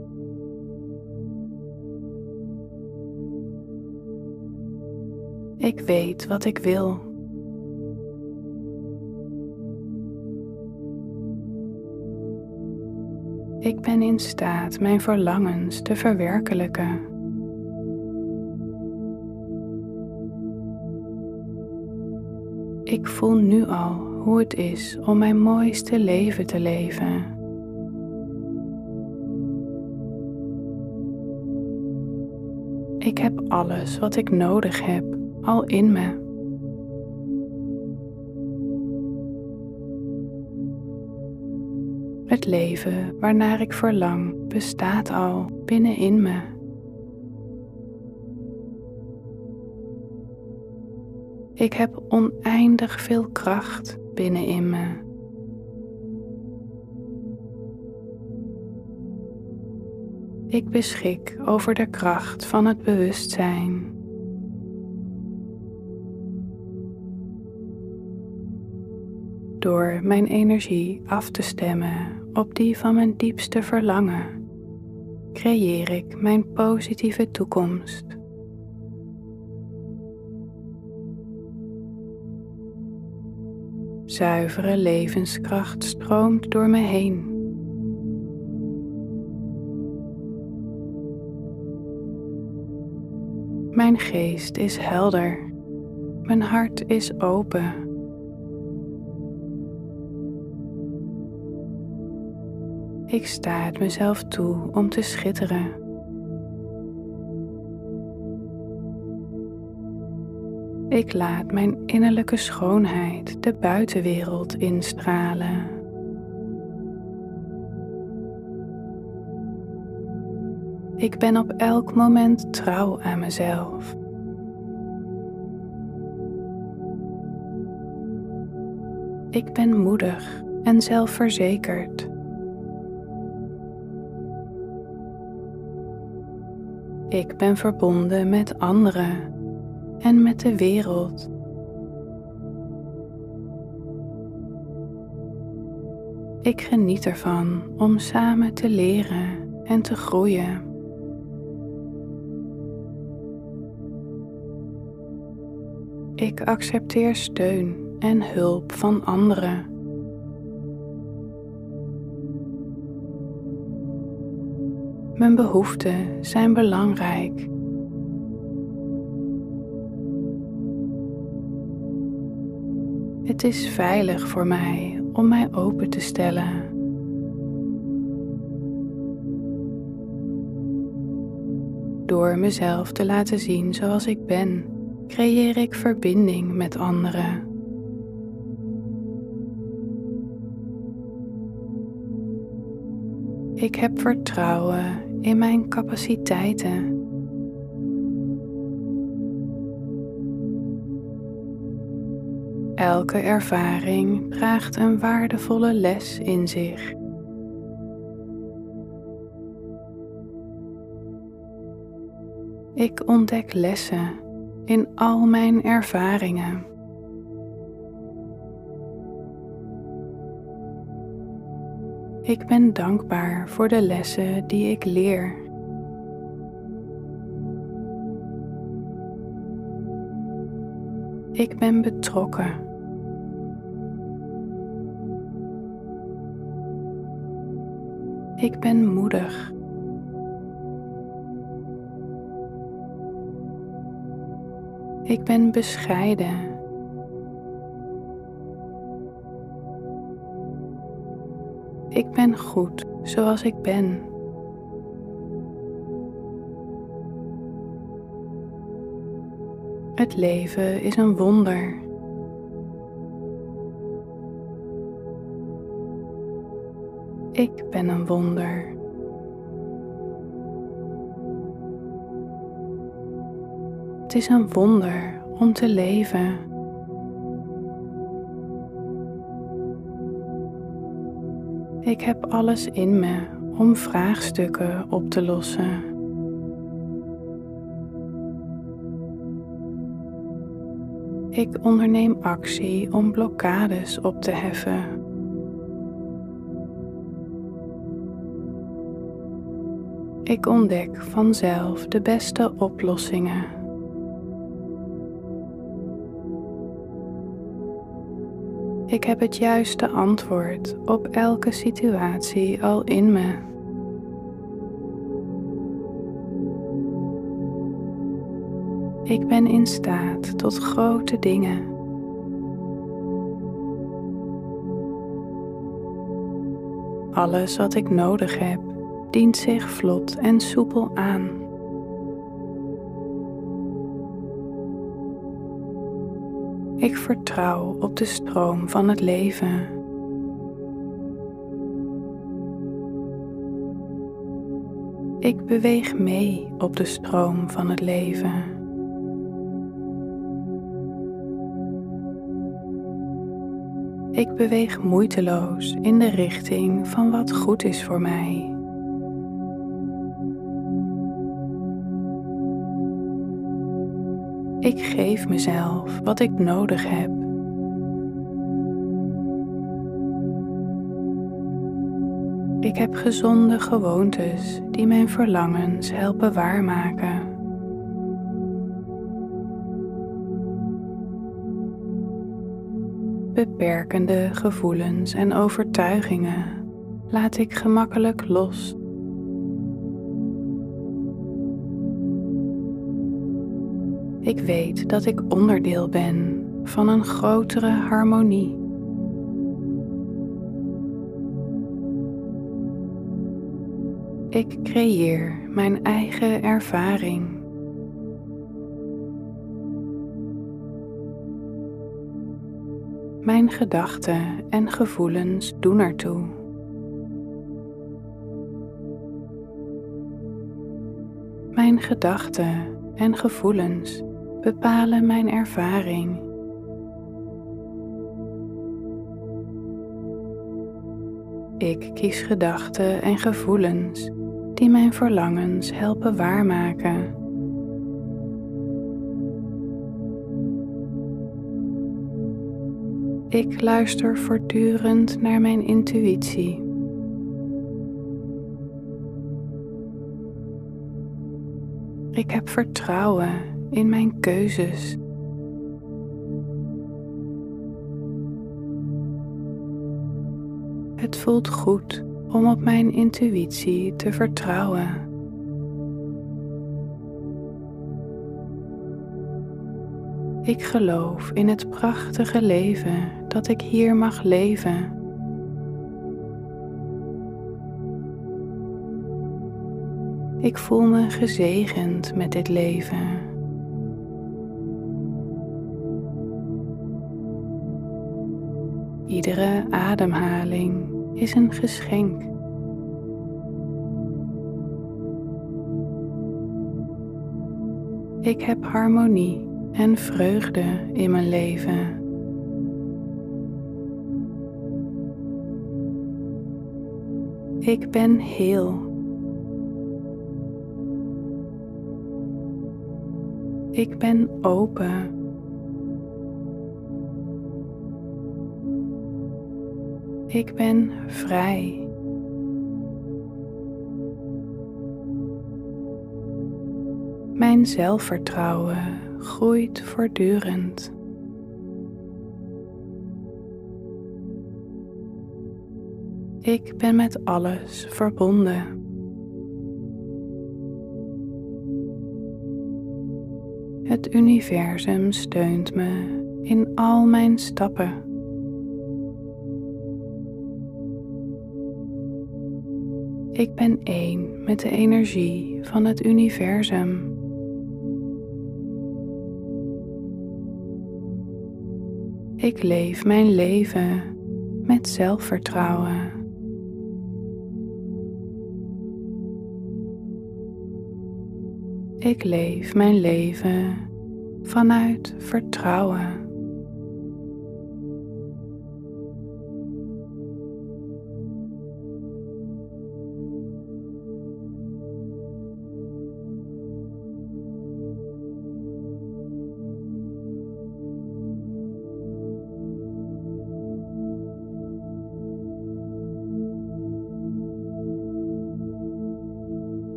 Ik weet wat ik wil. Ik ben in staat mijn verlangens te verwerkelijken. Ik voel nu al hoe het is om mijn mooiste leven te leven. Ik heb alles wat ik nodig heb al in me. Het leven waarnaar ik verlang bestaat al binnenin me. Ik heb oneindig veel kracht binnenin me. Ik beschik over de kracht van het bewustzijn. Door mijn energie af te stemmen op die van mijn diepste verlangen, creëer ik mijn positieve toekomst. Zuivere levenskracht stroomt door me heen. Mijn geest is helder. Mijn hart is open. Ik sta het mezelf toe om te schitteren. Ik laat mijn innerlijke schoonheid de buitenwereld instralen. Ik ben op elk moment trouw aan mezelf. Ik ben moedig en zelfverzekerd. Ik ben verbonden met anderen en met de wereld. Ik geniet ervan om samen te leren en te groeien. Ik accepteer steun en hulp van anderen. Mijn behoeften zijn belangrijk. Het is veilig voor mij om mij open te stellen. Door mezelf te laten zien zoals ik ben, creëer ik verbinding met anderen. Ik heb vertrouwen in mijn capaciteiten. Elke ervaring draagt een waardevolle les in zich. Ik ontdek lessen in al mijn ervaringen. Ik ben dankbaar voor de lessen die ik leer. Ik ben betrokken. Ik ben moedig. Ik ben bescheiden. Ik ben goed zoals ik ben. Het leven is een wonder. Ik ben een wonder. Het is een wonder om te leven. Ik heb alles in me om vraagstukken op te lossen. Ik onderneem actie om blokkades op te heffen. Ik ontdek vanzelf de beste oplossingen. Ik heb het juiste antwoord op elke situatie al in me. Ik ben in staat tot grote dingen. Alles wat ik nodig heb, dient zich vlot en soepel aan. Ik vertrouw op de stroom van het leven. Ik beweeg mee op de stroom van het leven. Ik beweeg moeiteloos in de richting van wat goed is voor mij. Ik geef mezelf wat ik nodig heb. Ik heb gezonde gewoontes die mijn verlangens helpen waarmaken. Beperkende gevoelens en overtuigingen laat ik gemakkelijk los. Ik weet dat ik onderdeel ben van een grotere harmonie. Ik creëer mijn eigen ervaring. Mijn gedachten en gevoelens doen ertoe. Mijn gedachten en gevoelens bepalen mijn ervaring. Ik kies gedachten en gevoelens die mijn verlangens helpen waarmaken. Ik luister voortdurend naar mijn intuïtie. Ik heb vertrouwen in mijn keuzes. Het voelt goed om op mijn intuïtie te vertrouwen. Ik geloof in het prachtige leven dat ik hier mag leven. Ik voel me gezegend met dit leven. Iedere ademhaling is een geschenk. Ik heb harmonie en vreugde in mijn leven. Ik ben heel. Ik ben open. Ik ben vrij. Mijn zelfvertrouwen groeit voortdurend. Ik ben met alles verbonden. Het universum steunt me in al mijn stappen. Ik ben één met de energie van het universum. Ik leef mijn leven met zelfvertrouwen. Ik leef mijn leven vanuit vertrouwen.